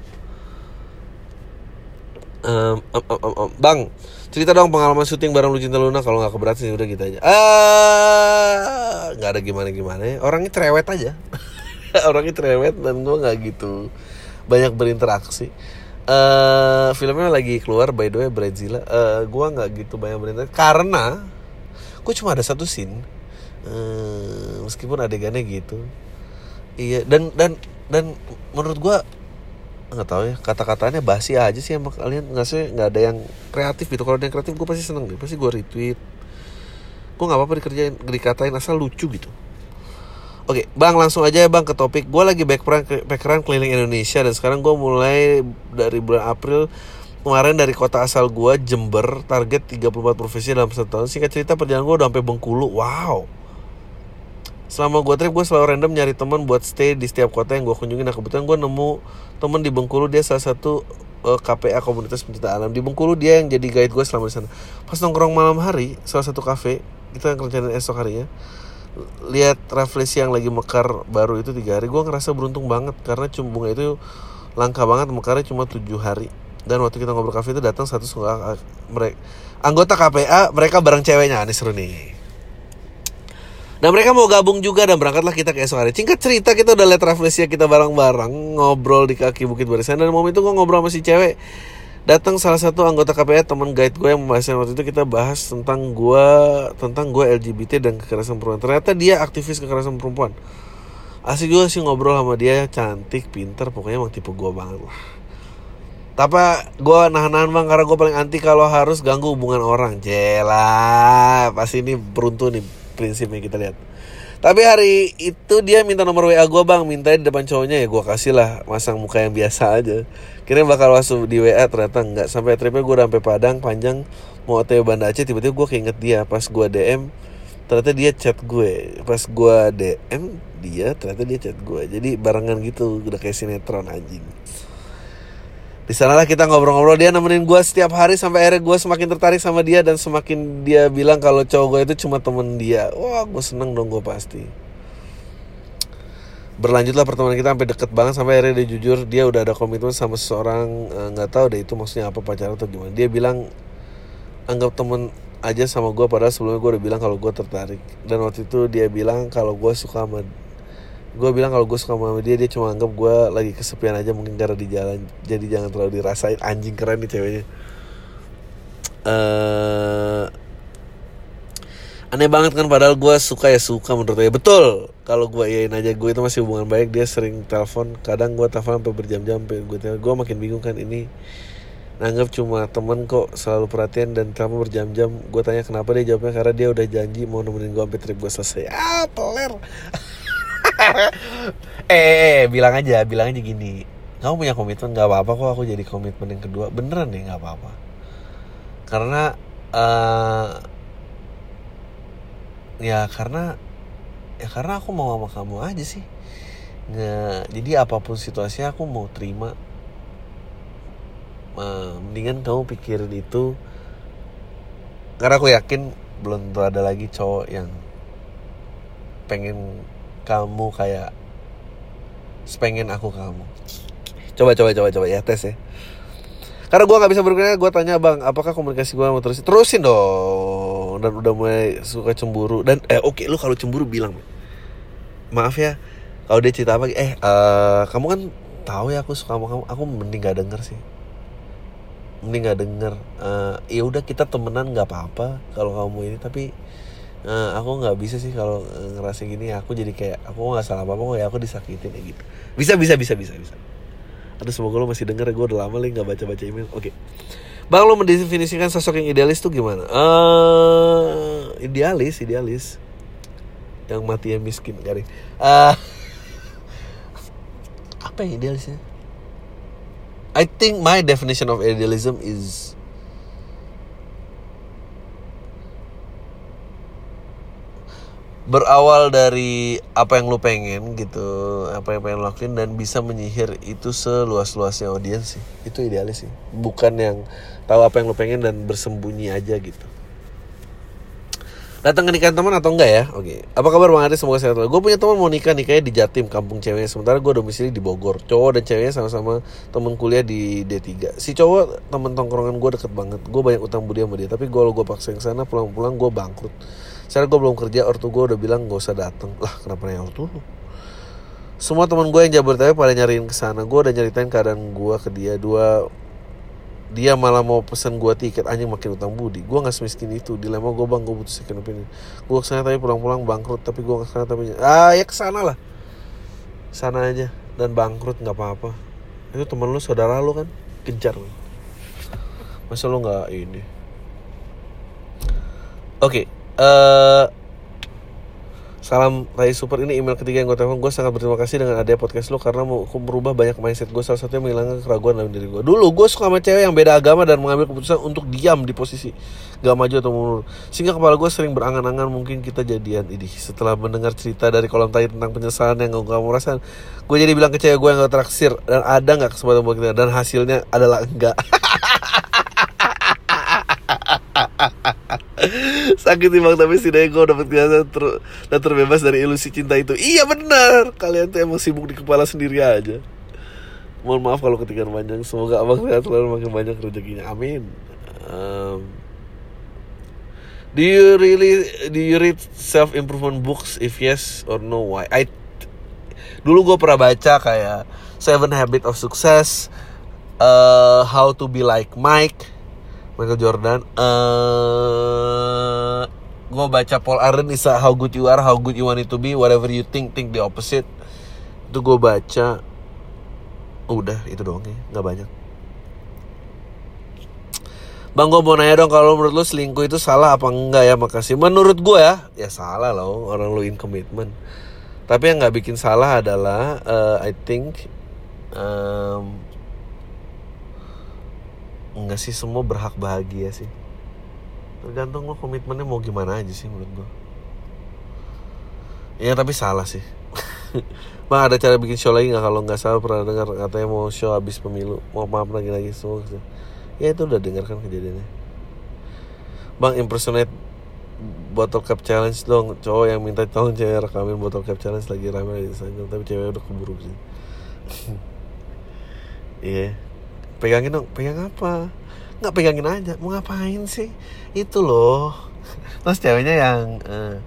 Um, um, um, um, um. Bang, cerita dong pengalaman syuting bareng Lu Cinta Luna. Kalau nggak keberatan sih udah gitu aja. Ah, nggak ada gimana-gimana. Orangnya cerewet aja. Orangnya cerewet dan gue nggak gitu banyak berinteraksi. Uh, filmnya lagi keluar by the way, Brazil. Uh, gue nggak gitu banyak berinteraksi karena gue cuma ada satu scene. Uh, meskipun adegannya gitu. Iya, dan dan dan menurut gue nggak tahu ya, kata-katanya basi aja sih emang kalian, nggak sih, nggak ada yang kreatif gitu. Kalau ada yang kreatif gue pasti seneng deh, pasti gue retweet. Gue nggak apa-apa dikerjain, dikatain asal lucu gitu. Oke bang, langsung aja ya bang ke topik. Gue lagi backpackeran keliling Indonesia dan sekarang gue mulai dari bulan April kemarin dari kota asal gue, Jember. Target tiga puluh empat profesi dalam satu tahun. Singkat cerita perjalanan gue udah sampai Bengkulu. Wow. Selama gue trip gue selalu random nyari teman buat stay di setiap kota yang gue kunjungi. Nah kebetulan gue nemu teman di Bengkulu, dia salah satu uh, K P A komunitas pencinta alam di Bengkulu. Dia yang jadi guide gue selama di sana. Pas nongkrong malam hari salah satu kafe, kita rencanain esok harinya, lihat rafflesia yang lagi mekar baru itu tiga hari. Gue ngerasa beruntung banget karena bunga itu langka banget, mekarnya cuma tujuh hari. Dan waktu kita ngobrol kafe itu datang satu mereka anggota K P A, mereka bareng ceweknya. Ini seru nih. Dan mereka mau gabung juga dan berangkatlah kita ke esok hari. Singkat cerita kita udah lihat rafflesia kita bareng-bareng, ngobrol di kaki Bukit Barisan. Dan momen itu gue ngobrol sama si cewek, datang salah satu anggota K P A, teman guide gue yang membahasnya. Waktu itu kita bahas tentang gue tentang gue L G B T dan kekerasan perempuan. Ternyata dia aktivis kekerasan perempuan. Asik juga sih ngobrol sama dia, cantik, pintar, pokoknya emang tipe gue banget lah. Tapi gue nahan-nahan bang, karena gue paling anti kalau harus ganggu hubungan orang. Jelah, pasti ini beruntung nih prinsipnya, kita lihat. Tapi hari itu dia minta nomor W A gue bang, mintain di depan cowoknya, ya gue kasih lah, masang muka yang biasa aja. Kira bakal masuk di W A, ternyata enggak. Sampai tripnya gue udah sampai Padang panjang, mau O T W Banda Aceh, tiba-tiba gue keinget dia. Pas gue D M, ternyata dia chat gue. Pas gue D M dia, ternyata dia chat gue. Jadi barengan gitu, udah kayak sinetron anjing. Di sanalah kita ngobrol-ngobrol, dia nemenin gue setiap hari sampai akhirnya gue semakin tertarik sama dia dan semakin dia bilang kalau cowok gue itu cuma temen dia. Wah, gue seneng dong, gue pasti. Berlanjutlah pertemanan kita sampai deket banget, sampai akhirnya dia jujur dia udah ada komitmen sama seseorang, nggak tahu deh itu maksudnya apa, pacaran atau gimana. Dia bilang anggap temen aja sama gue, padahal sebelumnya gue udah bilang kalau gue tertarik. Dan waktu itu dia bilang kalau gue suka sama Gue bilang kalau gue suka sama dia, dia cuma anggap gue lagi kesepian aja mungkin karena di jalan. Jadi jangan terlalu dirasain. Anjing, keren nih ceweknya. uh, Aneh banget kan, padahal gue suka ya suka menurut dia. Betul, kalau gue iyain aja, gue itu masih hubungan baik. Dia sering telepon, kadang gue telepon sampai berjam-jam. Gue gue makin bingung kan, ini nanggap cuma temen kok, selalu perhatian dan telepon berjam-jam. Gue tanya kenapa, dia jawabnya karena dia udah janji mau nemenin gue sampai trip gue selesai. Ah, peler. eh, eh, bilang aja, bilang aja gini. Kamu punya komitmen, nggak apa-apa kok aku jadi komitmen yang kedua. Beneran deh, nggak apa-apa. Karena, uh, ya karena, ya karena aku mau sama kamu aja sih. Nggak, jadi apapun situasinya aku mau terima. Uh, mendingan kamu pikirin itu. Karena aku yakin belum tentu ada lagi cowok yang pengen kamu kayak sepengen aku kamu. Coba coba coba coba ya, tes ya. Karena gue nggak bisa berkata, gue tanya bang, apakah komunikasi gue mau terusin? Terusin dong. Dan udah mulai suka cemburu. Dan eh oke okay, lu kalau cemburu bilang, maaf ya kalau dia cerita apa, eh uh, kamu kan tahu ya aku suka sama kamu. Aku mending nggak denger sih. Mending nggak denger. Uh, ya udah kita temenan nggak apa-apa kalau kamu ini, tapi Uh, aku nggak bisa sih kalau uh, ngerasa gini. Aku jadi kayak aku nggak salah apa-apa kok ya, aku disakitin ya gitu. Bisa bisa bisa bisa bisa. Aduh, semoga lo masih denger ya, gue udah lama nih nggak baca-baca email. Oke, okay. Bang, lo mendefinisikan sosok yang idealis tuh gimana? Uh, idealis, idealis. Yang mati ya miskin, garing. Uh, apa yang idealisnya? I think my definition of idealism is berawal dari apa yang lu pengen gitu, apa yang pengen lu lakuin, dan bisa menyihir itu seluas-luasnya audiens sih. Itu idealis sih. Bukan yang tahu apa yang lu pengen dan bersembunyi aja gitu. Datang ke nikahan teman atau enggak ya? Oke. Apa kabar Bang Aris? Semoga sehat. Gue punya teman mau nikah, nikahnya di Jatim, kampung ceweknya. Sementara gue domisili di Bogor. Cowok dan ceweknya sama-sama temen kuliah di D tiga. Si cowok temen tongkrongan gue deket banget. Gue banyak utang budi sama dia. Tapi gue gue paksa yang sana, pulang-pulang gue bangkrut. Sekarang gue belum kerja, ortu gue udah bilang gak usah dateng. Lah, kenapa nanya ortu lu? Semua teman gue yang Jabodetabek pada nyariin kesana. Gue udah nyeritain keadaan gue ke dia. Dua Dia malah mau pesen gue tiket. Anjing, makin utang budi. Gue gak semiskin itu. Dilema gue bang, gue butuh second opinion. Gue kesana tapi pulang-pulang bangkrut. Tapi gue gak kesana tapi Ah ya kesana lah, sana aja. Dan bangkrut gak apa-apa. Itu temen lu, saudara lu kan. Kejar. Masa lu gak ini. Oke, okay. Uh, salam Rai Super. Ini email ketiga yang gue telepon. Gue sangat berterima kasih dengan adanya podcast lo, karena mau merubah banyak mindset gue. Salah satunya menghilangkan keraguan dalam diri gue. Dulu gue suka sama cewek yang beda agama dan mengambil keputusan untuk diam di posisi gak maju atau mundur, sehingga kepala gue sering berangan-angan mungkin kita jadian. Idih, setelah mendengar cerita dari kolom tadi tentang penyesalan yang gak kamu rasakan, gue jadi bilang ke cewek gue yang gak teraksir, dan ada gak kesempatan buat kita, dan hasilnya adalah enggak. Sakit sih bang, tapi setidaknya gue dapet kesan ter- dan terbebas dari ilusi cinta itu. Iya benar, kalian tuh emang sibuk di kepala sendiri aja. Mohon maaf kalau ketinggalan panjang. Semoga abang sehat selalu, makin banyak rezekinya, amin. um, Do you really Do you read self improvement books? If yes or no, why? I Dulu gue pernah baca kayak Seven Habits of Success, uh, How to Be Like Mike Michael Jordan. uh, Gue baca Paul Arden, is How Good You Are, How Good You Want It To Be, Whatever You Think, Think The Opposite. Itu gue baca. Udah, itu doang ya, gak banyak. Bang, gue mau nanya dong, kalau menurut lu selingkuh itu salah apa enggak ya? Makasih. Menurut gue ya, ya salah loh orang lu in commitment. Tapi yang nggak bikin salah adalah, uh, I think, um, enggak sih, semua berhak bahagia sih. Tergantung lo komitmennya mau gimana aja sih menurut gue. Ya tapi salah sih. Bang, ada cara bikin show lagi nggak? Kalau nggak salah pernah dengar katanya mau show habis pemilu. Mau maaf lagi-lagi semua. Ya itu udah dengar kan kejadiannya. Bang, impersonate bottle cap challenge dong. Cowok yang minta tolong cewek rekamin bottle cap challenge lagi rame di Instagram, tapi cewek udah keburu sih. Iya. Yeah. Pegangin dong. Pegang apa? Nggak, pegangin aja. Mau ngapain sih? Itu loh. Terus ceweknya yang uh,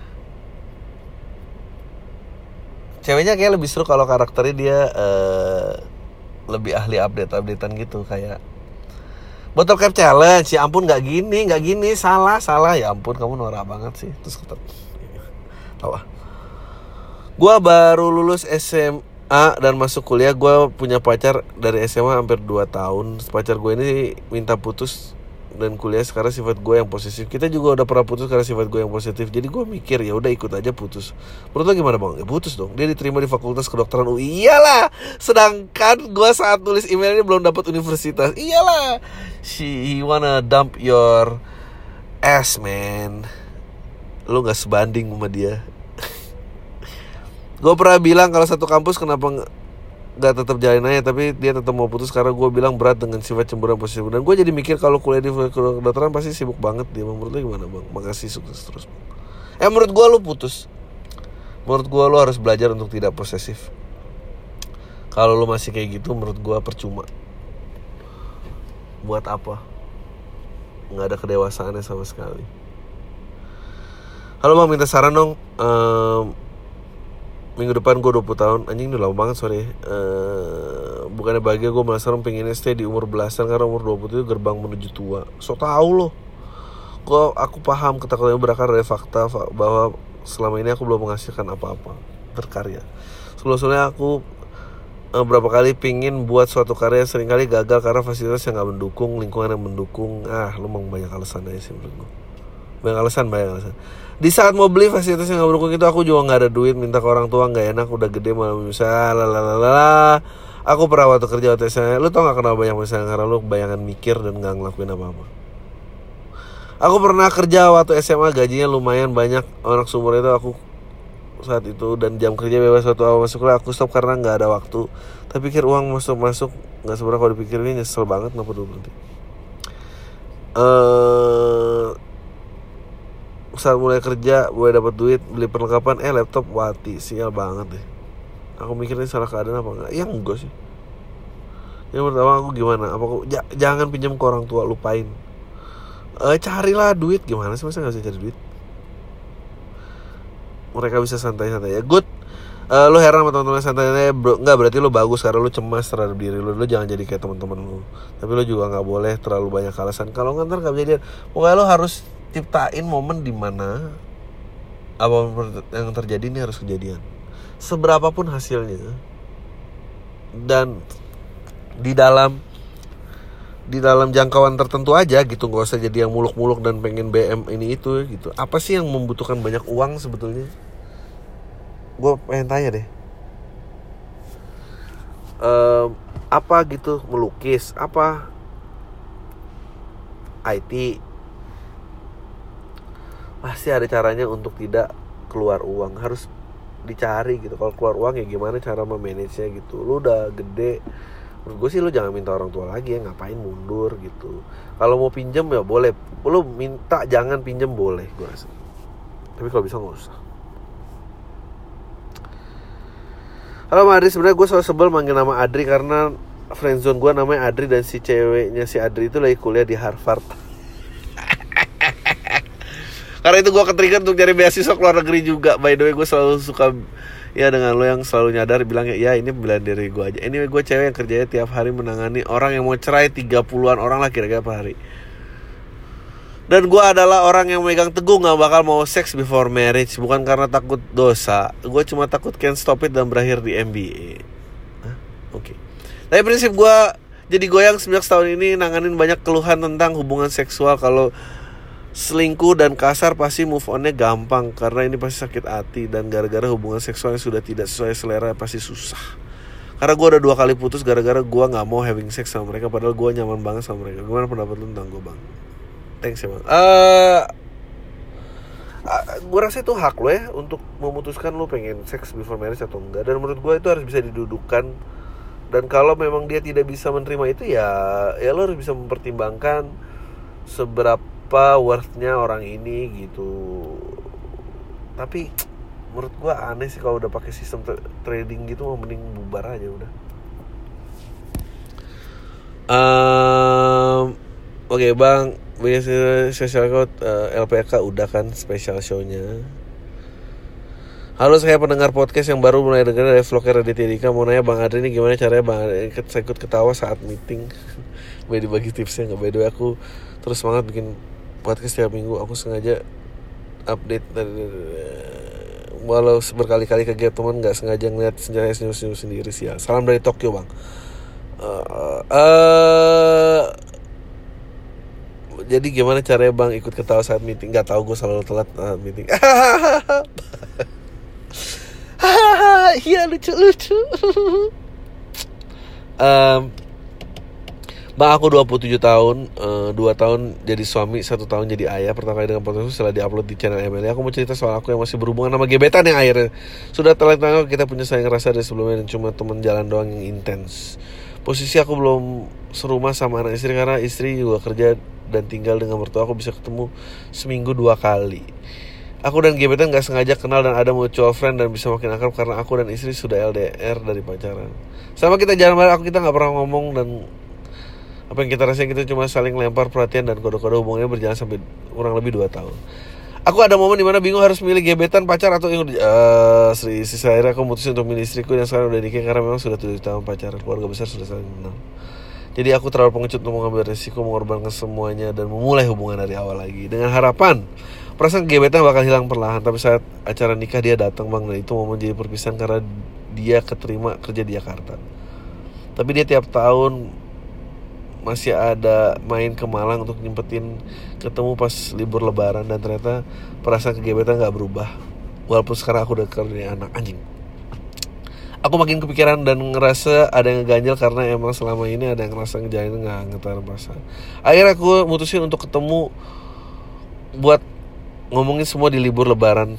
ceweknya kayak lebih seru kalau karakternya dia uh, lebih ahli update-updatean gitu. Kayak bottle cap challenge, ya ampun nggak gini, nggak gini, salah, salah, ya ampun kamu norak banget sih. Terus ketep, apa? Gua baru lulus S M A dan masuk kuliah. Gua punya pacar dari S M A hampir dua tahun. Pacar gue ini minta putus dan kuliah, sekarang sifat gue yang posesif. Kita juga udah pernah putus karena sifat gue yang positif. Jadi gue mikir ya udah ikut aja putus. Menurut lo gimana bang? Ya putus dong. Dia diterima di Fakultas Kedokteran U I. Iyalah. Sedangkan gue saat nulis email ini belum dapat universitas. Iyalah. She wanna dump your ass man. Lo gak sebanding sama dia. Gue pernah bilang kalau satu kampus kenapa gak tetap jalin aja, tapi dia tetap mau putus karena gue bilang berat dengan sifat cemburu yang positif. Dan gue jadi mikir kalau kuliah di kedokteran pasti sibuk banget dia. Menurut lo gimana bang? Makasih, sukses terus bang. Eh menurut gue lo putus. Menurut gue lo harus belajar untuk tidak posesif. Kalau lo masih kayak gitu menurut gue percuma. Buat apa? Gak ada kedewasaannya sama sekali. Halo bang, minta saran dong. um, Minggu depan gue dua puluh tahun. Anjing udah lama banget, sorry. uh, Bukannya bahagia, gue malah serem pengennya stay di umur belasan. Karena umur dua puluh itu gerbang menuju tua. So tau loh. Gue, aku paham ketakutannya berakar dari fakta bahwa selama ini aku belum menghasilkan apa-apa berkarya. Sebelum-sebelumnya aku uh, berapa kali pingin buat suatu karya, seringkali gagal karena fasilitas yang gak mendukung, lingkungan yang mendukung. Ah, lu emang banyak alasan aja sih menurut gue. Banyak alasan, banyak alasan. Di saat mau beli fasilitas yang gak mendukung itu, aku juga gak ada duit, minta ke orang tua gak enak, udah gede malah bisa lalalala. Aku pernah waktu kerja waktu S M A, lu tau gak kenapa banyak misalnya? Karena lu bayangan mikir dan gak ngelakuin apa-apa. Aku pernah kerja waktu S M A, gajinya lumayan banyak, anak seumur itu aku saat itu, dan jam kerja bebas waktu awal masuk kuliah. Aku stop karena gak ada waktu. Tapi pikir uang masuk-masuk gak seberapa, kalau dipikir ini nyesel banget kenapa dulu berhenti. Uh, saat mulai kerja boleh dapat duit, beli perlengkapan, eh laptop wati, sial banget deh. Aku mikirnya salah keadaan apa enggak? Ya enggak sih. Yang pertama aku gimana? Apa aku j- jangan pinjam ke orang tua, lupain. Eh carilah duit, gimana sih, masa enggak bisa cari duit? Mereka bisa santai-santai ya. Good. Uh, lu heran sama teman-teman santai-santai, bro. Enggak, berarti lu bagus karena lu cemas terhadap diri lu. Lu jangan jadi kayak teman-teman lu. Tapi lu juga enggak boleh terlalu banyak alasan. Kalau ngantar enggak bisa jadi. Pokoknya lu harus ciptain momen di mana apa yang terjadi ini harus kejadian, seberapapun hasilnya. Dan di dalam di dalam jangkauan tertentu aja gitu, nggak usah jadi yang muluk-muluk dan pengen B M ini itu gitu. Apa sih yang membutuhkan banyak uang sebetulnya? Gue pengen tanya deh. Um, apa gitu, melukis, apa I T, pasti ada caranya untuk tidak keluar uang. Harus dicari gitu. Kalau keluar uang ya gimana cara memanagenya gitu. Lu udah gede, menurut gue sih lu jangan minta orang tua lagi ya. Ngapain mundur gitu. Kalau mau pinjem ya boleh. Lu minta jangan pinjem boleh gue rasa. Tapi kalau bisa gak usah. Halo Adri, sebenarnya gue selalu sebel manggil nama Adri karena friendzone gue namanya Adri, dan si ceweknya si Adri itu lagi kuliah di Harvard. Karena itu gue ketrigger untuk cari beasiswa ke luar negeri juga. By the way, gue selalu suka ya dengan lo yang selalu nyadar bilangnya, ya ini bela diri gue aja. Anyway, gue cewek yang kerjanya tiap hari menangani orang yang mau cerai, tiga puluhan orang lah kira-kira per hari. Dan gue adalah orang yang megang teguh gak bakal mau sex before marriage. Bukan karena takut dosa, gue cuma takut can't stop it dan berakhir di M B A. Hah? Oke okay. Tapi prinsip gue jadi goyang semenjak setahun ini nanganin banyak keluhan tentang hubungan seksual. Kalau selingkuh dan kasar pasti move on-nya gampang, karena ini pasti sakit hati. Dan gara-gara hubungan seksual yang sudah tidak sesuai selera pasti susah. Karena gue udah dua kali putus gara-gara gue gak mau having sex sama mereka, padahal gue nyaman banget sama mereka. Gimana pendapat lu tentang gue, Bang? Thanks ya, Bang. uh, uh, Gue rasa itu hak lo ya untuk memutuskan lo pengen sex before marriage atau enggak. Dan menurut gue itu harus bisa didudukkan. Dan kalau memang dia tidak bisa menerima itu, ya ya lo harus bisa mempertimbangkan seberapa worth-nya orang ini gitu. Tapi menurut gue aneh sih kalau udah pakai sistem tra- trading gitu, mau mending bubar aja udah. Um, Oke okay, Bang, biasa special code uh, L P K udah kan special show-nya. Halo, saya pendengar podcast yang baru mulai dengar dari vlogger Raditya Dika. Mau nanya Bang Adri ini gimana caranya Bang Adri saya ikut ketawa saat meeting. Boleh dibagi tipsnya nggak? By the way, aku terus semangat bikin podcast setiap minggu. Aku sengaja update dari walau berkali-kali ke teman nggak sengaja ngeliat senjata senyum-senyum sendiri sih ya. Salam dari Tokyo Bang. Uh, uh, jadi gimana caranya Bang ikut ketawa saat meeting? Nggak tahu, gue selalu telat saat meeting. Iya lucu-lucu. um, Bang, aku dua puluh tujuh tahun, uh, dua tahun jadi suami, satu tahun jadi ayah. Pertama kali dengan podcast setelah diupload di channel M L. Aku mau cerita soal aku yang masih berhubungan sama gebetan yang akhirnya sudah terlihat kita punya sayang rasa dari sebelumnya dan cuma teman jalan doang yang intens. Posisi aku belum serumah sama anak istri karena istri juga kerja dan tinggal dengan mertua. Aku bisa ketemu seminggu dua kali. Aku dan gebetan gak sengaja kenal dan ada mutual friend dan bisa makin akrab karena aku dan istri sudah L D R dari pacaran. Sama kita jalan bareng, aku kita gak pernah ngomong dan apa yang kita rasain kita cuma saling lempar perhatian dan kode-kode hubungannya berjalan sampai kurang lebih dua tahun. Aku ada momen dimana bingung harus milih gebetan, pacar atau yang uh, Sri Sisa. Akhirnya aku mutusin untuk milih istriku yang sekarang udah nikah karena memang sudah tujuh tahun pacaran, keluarga besar sudah saling kenal. Jadi aku terlalu pengecut untuk mengambil resiko mengorbankan semuanya dan memulai hubungan dari awal lagi dengan harapan perasaan gebetan bakal hilang perlahan. Tapi saat acara nikah dia datang Bang, dan itu momen jadi perpisahan karena dia keterima kerja di Jakarta. Tapi dia tiap tahun masih ada main ke Malang untuk nyempetin ketemu pas libur lebaran. Dan ternyata perasaan kegebetan gak berubah walaupun sekarang aku udah kerja anak anjing. Aku makin kepikiran dan ngerasa ada yang ganjel karena emang selama ini ada yang ngerasa ngejalin gak ngetahan perasaan. Akhirnya aku mutusin untuk ketemu buat ngomongin semua di libur lebaran.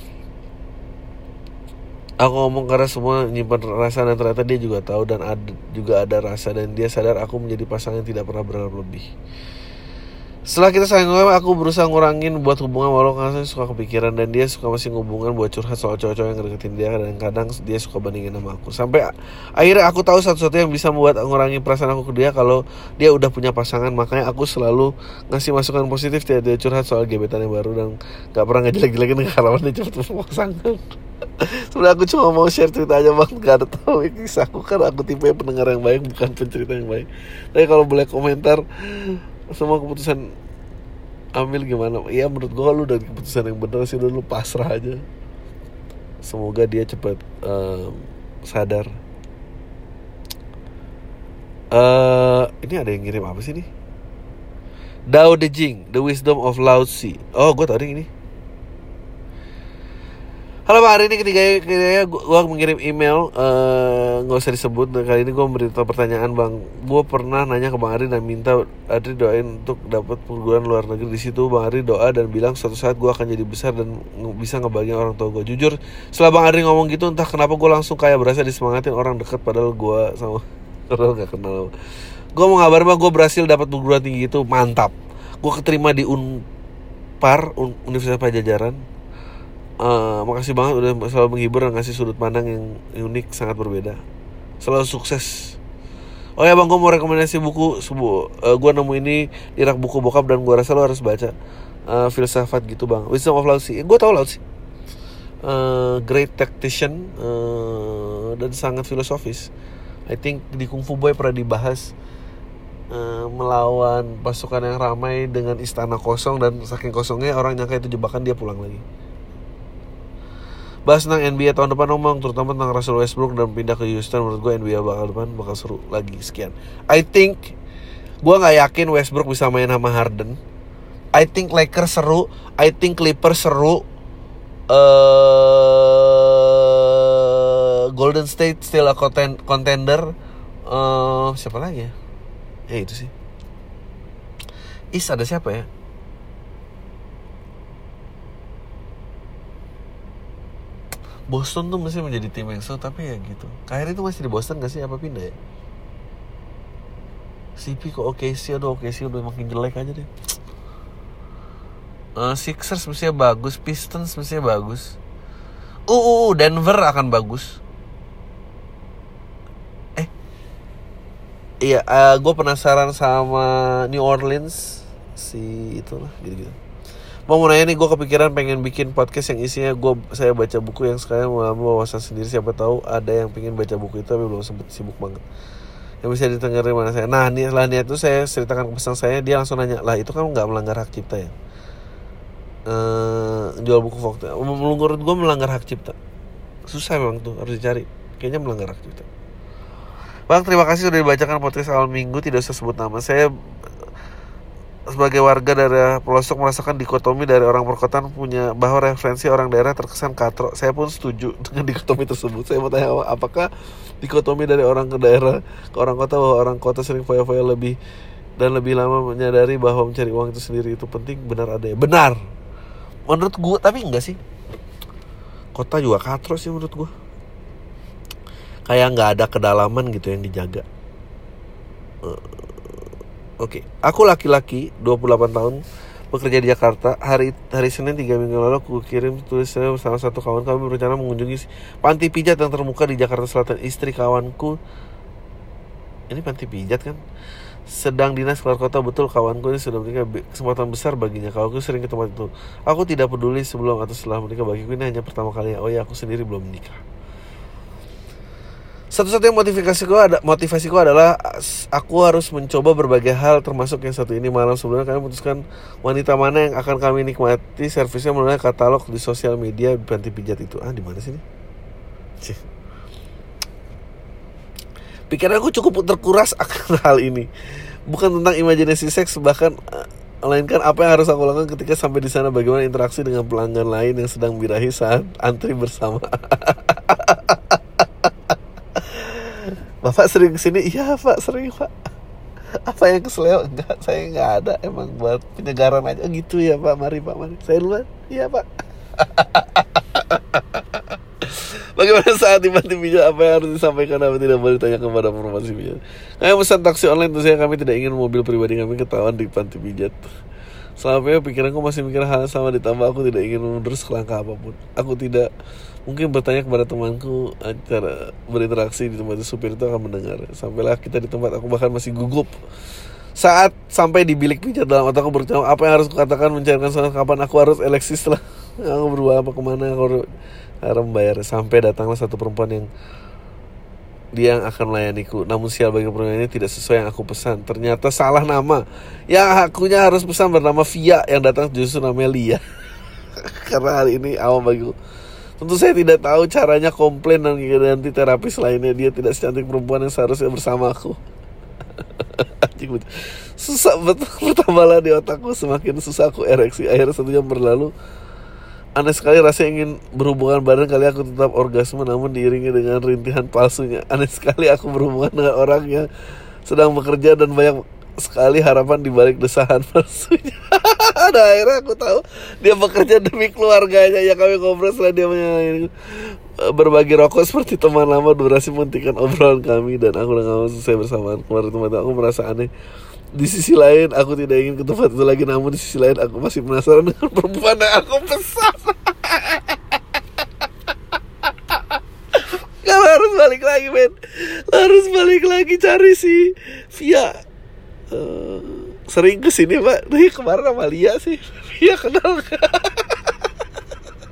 Aku ngomong karena semua nyimpan rasa dan ternyata dia juga tahu dan ada, juga ada rasa dan dia sadar aku menjadi pasangan yang tidak pernah berharap lebih. Setelah kita sayang, aku berusaha ngurangin buat hubungan walau kadang suka kepikiran dan dia suka masih ngehubungan buat curhat soal cowok-cowok yang ngedeketin dia dan kadang dia suka bandingin sama aku. Sampai akhirnya aku tahu satu-satunya yang bisa membuat ngurangin perasaan aku ke dia kalau dia udah punya pasangan. Makanya aku selalu ngasih masukan positif dia, dia curhat soal gebetan yang baru dan gak pernah ngejelek-jelekin dengan harapan dia cepet punya pasangan. Sebenarnya aku cuma mau share cerita aja Bang, gak ada tahu kisah aku karena aku tipe pendengar yang baik bukan pencerita yang baik. Tapi kalau boleh komentar semua keputusan ambil gimana? Ya menurut gue lu udah keputusan yang benar sih, udah lu pasrah aja. Semoga dia cepat um, sadar. Uh, ini ada yang ngirim apa sih nih? Dao De Jing, The Wisdom of Lao Tzu. Oh, gue tau ini. Halo Bang, hari ini ketiga ketiga gue mengirim email, nggak uh, usah disebut. Dan kali ini gue memberi pertanyaan Bang. Gue pernah nanya ke Bang Ari dan minta Adri doain untuk dapat perguruan luar negeri. Di situ Bang Ari doa dan bilang suatu saat gue akan jadi besar dan bisa ngebagiin orang tua gue. Jujur setelah Bang Ari ngomong gitu, entah kenapa gue langsung kayak berasa disemangatin orang dekat padahal gue sama orang nggak kenal. Gue mau ngabarin Bang, gue berhasil dapat perguruan tinggi itu, mantap. Gue keterima di Unpar, Universitas Pajajaran. Uh, makasih banget udah selalu menghibur dan ngasih sudut pandang yang unik, sangat berbeda. Selalu sukses. Oh ya Bang, gue mau rekomendasi buku sebuah, uh, gue nemu ini di rak buku bokap dan gue rasa lo harus baca. uh, Filsafat gitu Bang, Wisdom of Lao Tzu. Gue tau Lao Tzu, uh, great tactician, uh, dan sangat filosofis. I think di Kung Fu Boy pernah dibahas, uh, melawan pasukan yang ramai dengan istana kosong dan saking kosongnya orang nyangka itu jebakan, dia pulang lagi. Bahas tentang N B A tahun depan ngomong, terutama tentang Russell Westbrook dan pindah ke Houston. Menurut gue N B A bakal depan bakal seru lagi. Sekian. I think gue nggak yakin Westbrook bisa main sama Harden. I think Lakers seru. I think Clippers seru. Uh, Golden State still a contender. Uh, siapa lagi ya? Ya itu sih. Is ada siapa ya? Boston tuh mesti menjadi tim yang seru, tapi ya gitu. Kyrie itu masih di Boston gak sih? Apa pindah ya? C P kok O K C, aduh O K C udah makin jelek aja deh. uh, Sixers mestinya bagus, Pistons mestinya bagus. Uh, uh Denver akan bagus. Eh Iya, uh, gue penasaran sama New Orleans. Si itulah, gitu-gitu. Mau nanya nih, gue kepikiran pengen bikin podcast yang isinya gue saya baca buku yang sekarang mau wawasan sendiri. Siapa tahu ada yang pengen baca buku itu tapi belum sempet, sibuk banget. Yang bisa ditengarin mana saya. Nah, nih lah niat itu saya ceritakan ke pesan saya, dia langsung nanya, lah itu kan nggak melanggar hak cipta ya? Uh, jual buku fakta. Menurut gue melanggar hak cipta. Susah memang tuh, harus dicari. Kayaknya melanggar hak cipta. Bang, terima kasih sudah dibacakan podcast awal minggu. Tidak usah sebut nama. Saya sebagai warga daerah pelosok merasakan dikotomi dari orang perkotaan punya bahwa referensi orang daerah terkesan katrok. Saya pun setuju dengan dikotomi tersebut. Saya mau tanya, apakah dikotomi dari orang ke daerah ke orang kota bahwa orang kota sering foya-foya lebih dan lebih lama menyadari bahwa mencari uang itu sendiri itu penting, benar ada ya? Benar. Menurut gue, tapi enggak sih. Kota juga katrok sih menurut gue. Kayak nggak ada kedalaman gitu yang dijaga. Uh, Oke, okay. Aku laki-laki dua puluh delapan tahun bekerja di Jakarta. Hari hari Senin tiga minggu lalu aku kirim tulisannya bersama satu kawan kami berencana mengunjungi panti pijat yang termuka di Jakarta Selatan. Istri kawanku, ini panti pijat kan, sedang dinas keluar kota. Betul, kawanku ini sudah menikah, kesempatan besar baginya. Kawanku sering ke tempat itu. Aku tidak peduli sebelum atau setelah menikah, bagiku ini hanya pertama kalinya. Oh ya, aku sendiri belum menikah. Satu-satunya motivasiku ada motivasiku adalah aku harus mencoba berbagai hal, termasuk yang satu ini. Malam sebelumnya kami memutuskan wanita mana yang akan kami nikmati servisnya melalui katalog di sosial media panti pijat itu. Ah, di mana sih ini? Cih. Pikiran aku cukup terkuras akan hal ini. Bukan tentang imajinasi seks, bahkan melainkan apa yang harus aku lakukan ketika sampai di sana, bagaimana interaksi dengan pelanggan lain yang sedang birahi saat antri bersama. Bapak sering kesini? Iya Pak, sering Pak. Apa yang keseleo? Enggak, saya enggak ada. Emang buat penyegaran aja gitu ya Pak. Mari Pak, mari. Saya duluan. Iya Pak. Bagaimana saat di panti pijat, apa yang harus disampaikan, apa tidak boleh ditanya kepada promosi pijat. Kami pesan taksi online, tentu saja kami tidak ingin mobil pribadi kami ketahuan di panti pijat. Selama pikiranku masih mikir hal sama, ditambah aku tidak ingin mundur selangkah apapun. Aku tidak mungkin bertanya kepada temanku cara berinteraksi di tempat itu, supir itu akan mendengar. Sampailah kita di tempat, aku bahkan masih gugup saat sampai di bilik pijat. Dalam otakku bercakap, apa yang harus kukatakan, mencairkan soal kapan aku harus eleksi setelah aku berubah apa kemana aku harus membayar. Sampai datanglah satu perempuan yang dia yang akan melayaniku. Namun sial bagi perempuan ini tidak sesuai yang aku pesan. Ternyata salah nama. Yang akunya harus pesan bernama Via, yang datang justru namanya Lia. Karena hal ini awam bagiku. Tentu saya tidak tahu caranya komplain dan ganti terapis lainnya. Dia tidak secantik perempuan yang seharusnya bersama aku. Susah betul, bertambahlah di otakku. Semakin susah aku ereksi. Akhirnya satu jam berlalu. Aneh sekali rasa ingin berhubungan badan, kali aku tetap orgasme namun diiringi dengan rintihan palsunya. Aneh sekali aku berhubungan dengan orang yang sedang bekerja dan banyak sekali harapan di balik desahan palsunya. Dan akhirnya aku tahu dia bekerja demi keluarganya. Ya kami ngobrol setelah dia menyanyi, berbagi rokok seperti teman lama. Durasi menghentikan obrolan kami dan aku udah gak mau selesai bersamaan. Kemarin teman aku merasa aneh. Di sisi lain aku tidak ingin ke tempat itu lagi, namun di sisi lain aku masih penasaran dengan perempuan yang aku pesan. Kamu harus balik lagi men, harus balik lagi cari si Via. uh, Sering kesini Pak. Nih kemarin sama Lia sih. Via kenal gak?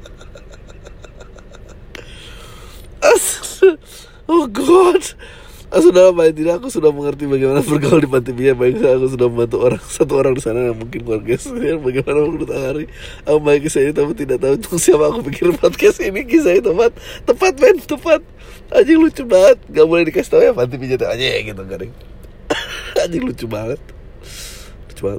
Oh God. Sudah paling tidak aku sudah mengerti bagaimana bergaul di panti pijat. Baik aku sudah membantu orang satu orang di sana yang mungkin keluarga saya. Bagaimana menurut Hari? Aku baik kisah ini tapi tidak tahu untuk siapa aku pikir podcast ini kisah itu tepat, tepat men, tepat. Anjing lucu banget. Gak boleh dikasih tahu ya panti pijat aja ya gitu garing. Anjing lucu banget. Lucu banget.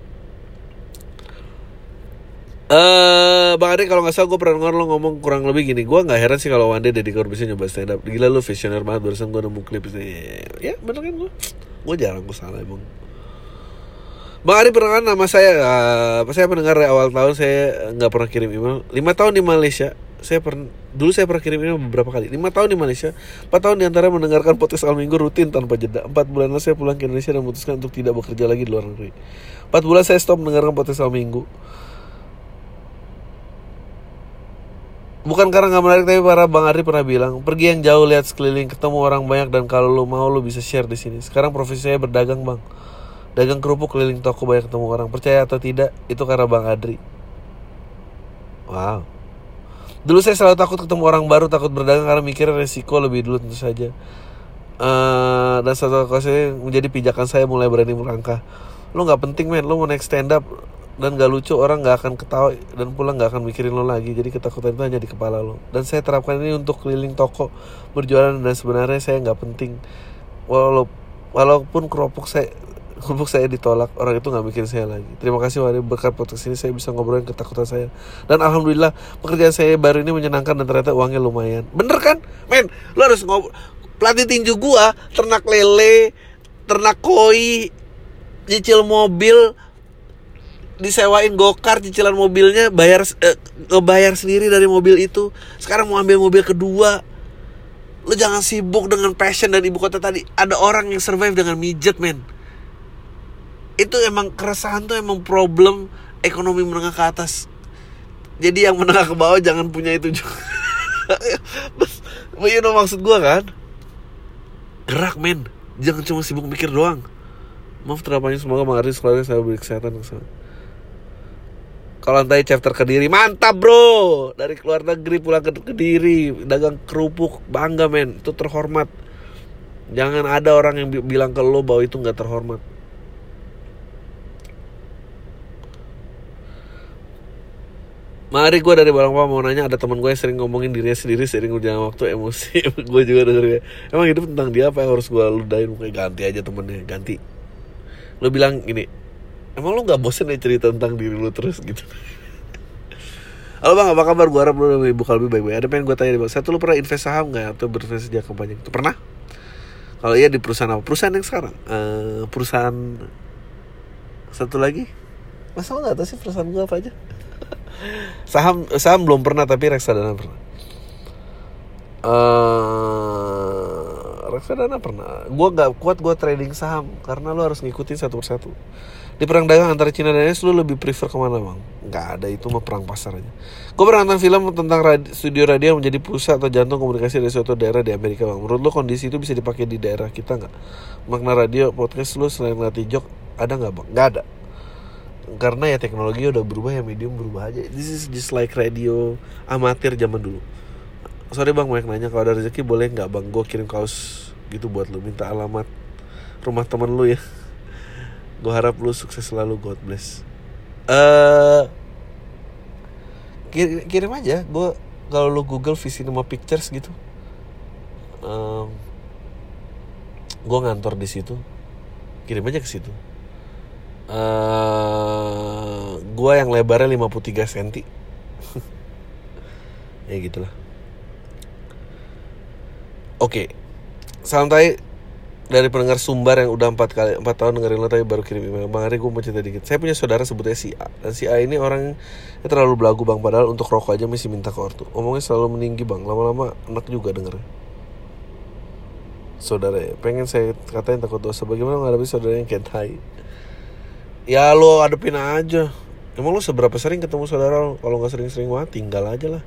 Eh, uh, Bang Ade kalau nggak salah gue pernah denger lo ngomong kurang lebih gini. Gue nggak heran sih kalau one day Deddy Corbuzier nyoba stand up. Gila lo visioner banget. Barusan gue nemu klip ini. Ya bener kan gue. Gue jarang gue salah emang. Bang Ade pernah kan nama saya. Uh, saya pendengar dari awal tahun saya nggak pernah kirim email. Lima tahun di Malaysia. Saya pernah dulu saya pernah kirim email beberapa kali. Lima tahun di Malaysia. Empat tahun diantara mendengarkan podcast Al Minggu rutin tanpa jeda. Empat bulan lalu saya pulang ke Indonesia dan memutuskan untuk tidak bekerja lagi di luar negeri. Empat bulan saya stop mendengarkan podcast Al Minggu. Bukan karena gak menarik, tapi para Bang Ardi pernah bilang, pergi yang jauh, lihat sekeliling, ketemu orang banyak, dan kalau lo mau lo bisa share di sini. Sekarang profesi saya berdagang bang, dagang kerupuk keliling toko, banyak ketemu orang. Percaya atau tidak, itu karena Bang Adri. Wow. Dulu saya selalu takut ketemu orang baru, takut berdagang karena mikirnya resiko lebih dulu tentu saja. Uh, dan satu kali menjadi pijakan saya mulai berani melangkah. Lo gak penting men, lo mau naik stand up dan gak lucu, orang gak akan ketawa dan pulang gak akan mikirin lo lagi. Jadi ketakutan itu hanya di kepala lo. Dan saya terapkan ini untuk keliling toko, berjualan, dan sebenarnya saya gak penting. Walau, Walaupun kerupuk saya kerupuk saya ditolak, orang itu gak mikirin saya lagi. Terima kasih Wari, berkat podcast ini saya bisa ngobrolin ketakutan saya. Dan alhamdulillah pekerjaan saya baru ini menyenangkan dan ternyata uangnya lumayan. Bener kan? Men, lo harus ngobrol. Pelatih tinju gua, ternak lele, ternak koi, nyicil mobil, disewain gokar, cicilan mobilnya bayar eh, ngebayar sendiri dari mobil itu. Sekarang mau ambil mobil kedua. Lu jangan sibuk dengan passion dan ibu kota tadi. Ada orang yang survive dengan mijet men. Itu emang keresahan tuh emang problem ekonomi menengah ke atas. Jadi yang menengah ke bawah jangan punya itu juga. You know maksud gue kan? Gerak men, jangan cuma sibuk mikir doang. Maaf terapanya, semoga Bang Ardi keluarga saya beri kesehatan. Kalau nanti chapter Kediri, mantap bro. Dari keluar negeri pulang ke Kediri, dagang kerupuk, bangga men, itu terhormat. Jangan ada orang yang bilang ke lo bahwa itu gak terhormat. Mari gue dari Balongpa mau nanya, ada teman gue yang sering ngomongin dirinya sendiri sering berjalan waktu, emosi. Gue juga dengernya, emang hidup tentang dia apa yang harus gue ludahin? Mukanya ganti aja temennya, ganti. Lo bilang gini, emang lu gak bosen ya cerita tentang diri lu terus gitu? Halo bang, apa kabar? Gue harap lu udah buka lebih baik-baik. Ada pengen gue tanya nih bang, satu lu pernah invest saham gak? Atau berinvestasi jangka panjang? Itu pernah? Kalau iya di perusahaan apa? Perusahaan yang sekarang? Uh, perusahaan satu lagi? Masa lu gak tau sih perusahaan gue apa aja? Saham saham belum pernah, tapi reksadana pernah. Uh, reksadana pernah. Gue gak kuat gue trading saham karena lu harus ngikutin satu persatu. Di perang dagang antara Cina dan U S, lu lebih prefer kemana bang? Gak ada, itu mah perang pasar aja. Gue pernah nonton film tentang radio, studio radio menjadi pusat atau jantung komunikasi dari suatu daerah di Amerika bang. Menurut lu kondisi itu bisa dipakai di daerah kita gak? Makna radio podcast lu selain latih jok ada gak bang? Gak ada. Karena ya teknologi udah berubah ya, medium berubah aja. This is just like radio amatir zaman dulu. Sorry bang, banyak nanya, kalau ada rezeki boleh gak bang gue kirim kaos gitu buat lu, minta alamat rumah temen lu ya. Gue harap lu sukses selalu, God bless. uh, kirim, kirim aja. Gue kalau lu Google Visinema Pictures gitu, um, gue ngantor di situ, kirim aja ke situ. Uh, gue yang lebarnya lima puluh tiga sentimeter. Ya gitulah. Oke, okay. Santai dari pendengar Sumbar yang udah empat kali empat tahun dengerin lo tapi baru kirim email. Bang Ari, gue mau cerita dikit. Saya punya saudara sebutnya si A. Dan si A ini orang yang terlalu belagu bang, padahal untuk rokok aja masih minta ke ortu. Omongnya selalu meninggi bang, lama-lama enak juga dengernya. Saudara ya, pengen saya katain takut dosa. Bagaimana menghadapi saudara yang kayak tai? Ya lo hadepin aja. Emang lo seberapa sering ketemu saudara lo? Kalau gak sering-sering wah tinggal aja lah.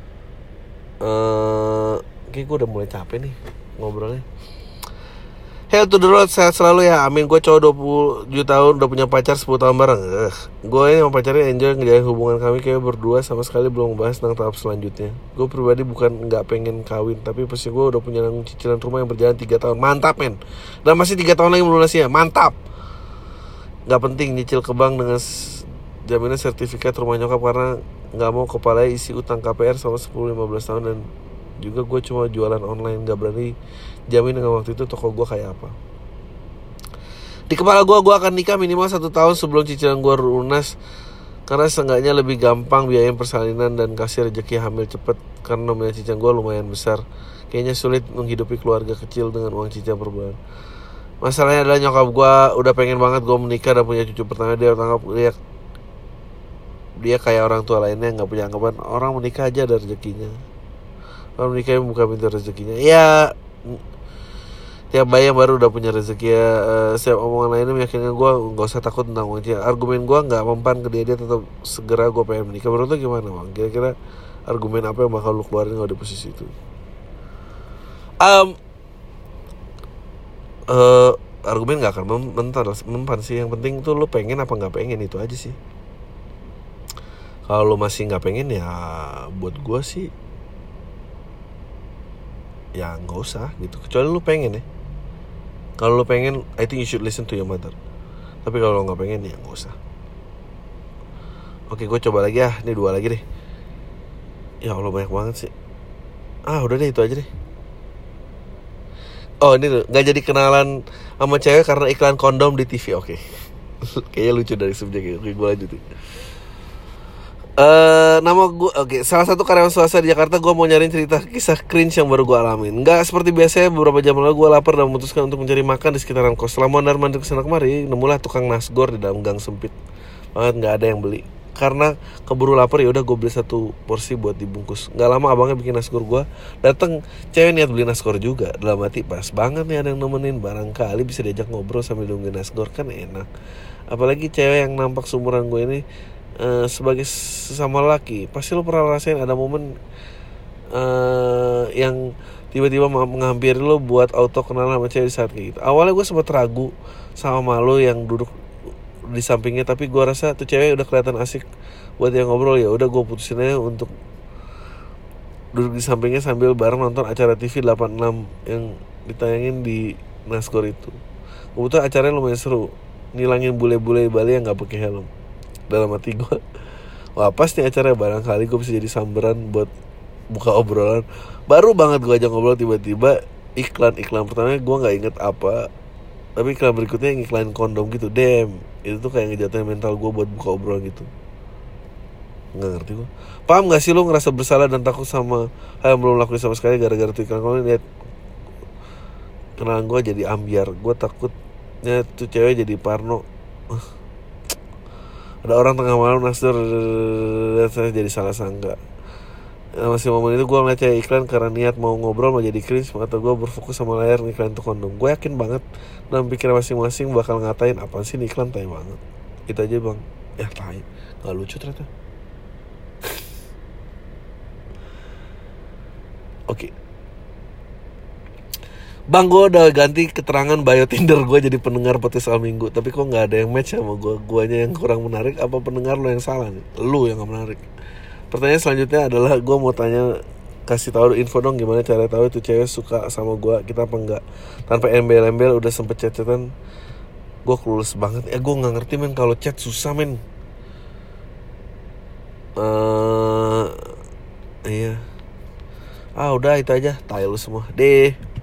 uh, Kayaknya gue udah mulai capek nih ngobrolnya. Hell to the road, sehat selalu ya. Amin. Gue cowok dua puluh tujuh tahun, udah punya pacar sepuluh tahun bareng. uh, Gue ini sama pacarnya enjoy ngejalin hubungan kami. Kayak berdua sama sekali belum bahas tentang tahap selanjutnya. Gue pribadi bukan gak pengen kawin, tapi pasti gue udah punya nanggung cicilan rumah yang berjalan tiga tahun. Mantap men. Dan masih tiga tahun lagi melunasinya. Mantap. Gak penting nyicil ke bank dengan jaminan sertifikat rumah nyokap, karena gak mau kepala isi utang K P R selama sepuluh sampai lima belas tahun. Dan juga gue cuma jualan online, gak berani jamin dengan waktu itu toko gue kayak apa. Di kepala gue, gue akan nikah minimal satu tahun sebelum cicilan gue lunas, karena seenggaknya lebih gampang biayain persalinan dan kasih rezeki hamil cepet. Karena nominal cicilan gue lumayan besar, kayaknya sulit menghidupi keluarga kecil dengan uang cicilan per bulan. Masalahnya adalah nyokap gue udah pengen banget gue menikah dan punya cucu pertama. Dia tanggap dia, dia kayak orang tua lainnya gak punya anggapan orang menikah aja ada rezekinya. Orang menikah buka pintu rezekinya. Ya tiap bayi yang baru udah punya rezeki ya. Uh, setiap omongan lainnya meyakinkan gue gak usah takut tentang uang cicilan. Argumen gue gak mempan ke dia, dia tetap segera gue pengen menikah. Menurut lo gimana bang? Kira-kira argumen apa yang bakal lo keluarin kalau di posisi itu? Um, uh, argumen gak akan mempan, mempan sih. Yang penting tuh lo pengen apa gak pengen, itu aja sih. Kalau lo masih gak pengen ya buat gue sih ya gak usah gitu. Kecuali lo pengen ya. Kalau lo pengen, I think you should listen to your mother. Tapi kalau lo gak pengen, ya gak usah. Oke, gue coba lagi ya. Ini dua lagi deh. Ya Allah, banyak banget sih. Ah, udah deh, itu aja deh. Oh, ini tuh, gak jadi kenalan sama cewek karena iklan kondom di T V. Oke. Kayaknya lucu dari subjeknya. Oke, gue lanjutin. Uh, nama gue, oke, okay. Salah satu karyawan swasta di Jakarta. Gue mau nyariin cerita kisah cringe yang baru gue alamin. Nggak seperti biasanya, beberapa jam lalu gue lapar dan memutuskan untuk mencari makan di sekitaran kos. Setelah mondar mandir kesana kemari, nemulah tukang nasgor di dalam gang sempit banget, nggak ada yang beli. Karena keburu lapar, ya udah gue beli satu porsi buat dibungkus. Nggak lama abangnya bikin nasgor gue datang. Cewek niat beli nasgor juga. Dalam hati, pas banget nih ada yang nemenin, barangkali bisa diajak ngobrol sambil nungguin nasgor, kan enak. Apalagi cewek yang nampak seumuran gue ini. Uh, sebagai sesama laki, pasti lo pernah rasain ada momen uh, yang tiba-tiba menghampiri lo buat auto kenal sama cewek saat kayak gitu. Awalnya gue sempat ragu sama malu yang duduk di sampingnya, tapi gue rasa tuh cewek udah kelihatan asik buat yang ngobrol. Ya udah gue putusin aja untuk duduk di sampingnya sambil bareng nonton acara T V delapan enam yang ditayangin di Nasgor itu. Kebetulan acaranya lumayan seru, ngilangin bule-bule Bali yang gak pakai helm. Dalam hati gue, wah pas nih acaranya, barangkali gue bisa jadi samberan buat buka obrolan. Baru banget gue ajak ngobrol, tiba-tiba iklan-iklan pertamanya gue gak inget apa, tapi iklan berikutnya yang iklan kondom gitu. Damn, itu tuh kayak ngejatuhin mental gue buat buka obrolan gitu. Gak ngerti gue. Paham gak sih lo ngerasa bersalah dan takut sama hal yang belum lakuin sama sekali gara-gara tuh iklan kondom? Lihat kenalan gue jadi ambiar. Gue takutnya tuh cewek jadi parno. Ada orang tengah malam nasdor dan saya jadi salah sangka. Nah, masih momen itu gue ngeliat cewek iklan karena niat mau ngobrol mau jadi cringe, atau gue berfokus sama layar iklan itu kondom. Gue yakin banget dalam pikiran masing-masing bakal ngatain apaan sih ini iklan, tai banget. Itu aja bang. Ya tai, gak lucu ternyata. Oke okay. Bang, gue udah ganti keterangan bio Tinder gue jadi pendengar podcast Al Minggu. Tapi kok gak ada yang match sama gue. Guanya yang kurang menarik, apa pendengar lo yang salah nih? Lu yang gak menarik. Pertanyaan selanjutnya adalah, gue mau tanya, kasih tahu info dong gimana cara tahu itu cewek suka sama gue, kita apa enggak. Tanpa embel-embel, udah sempet chat-chatan. Gue clueless banget. Eh gue gak ngerti men, kalau chat susah men. Uh, iya. Ah udah itu aja. Tai lu semua. Deh.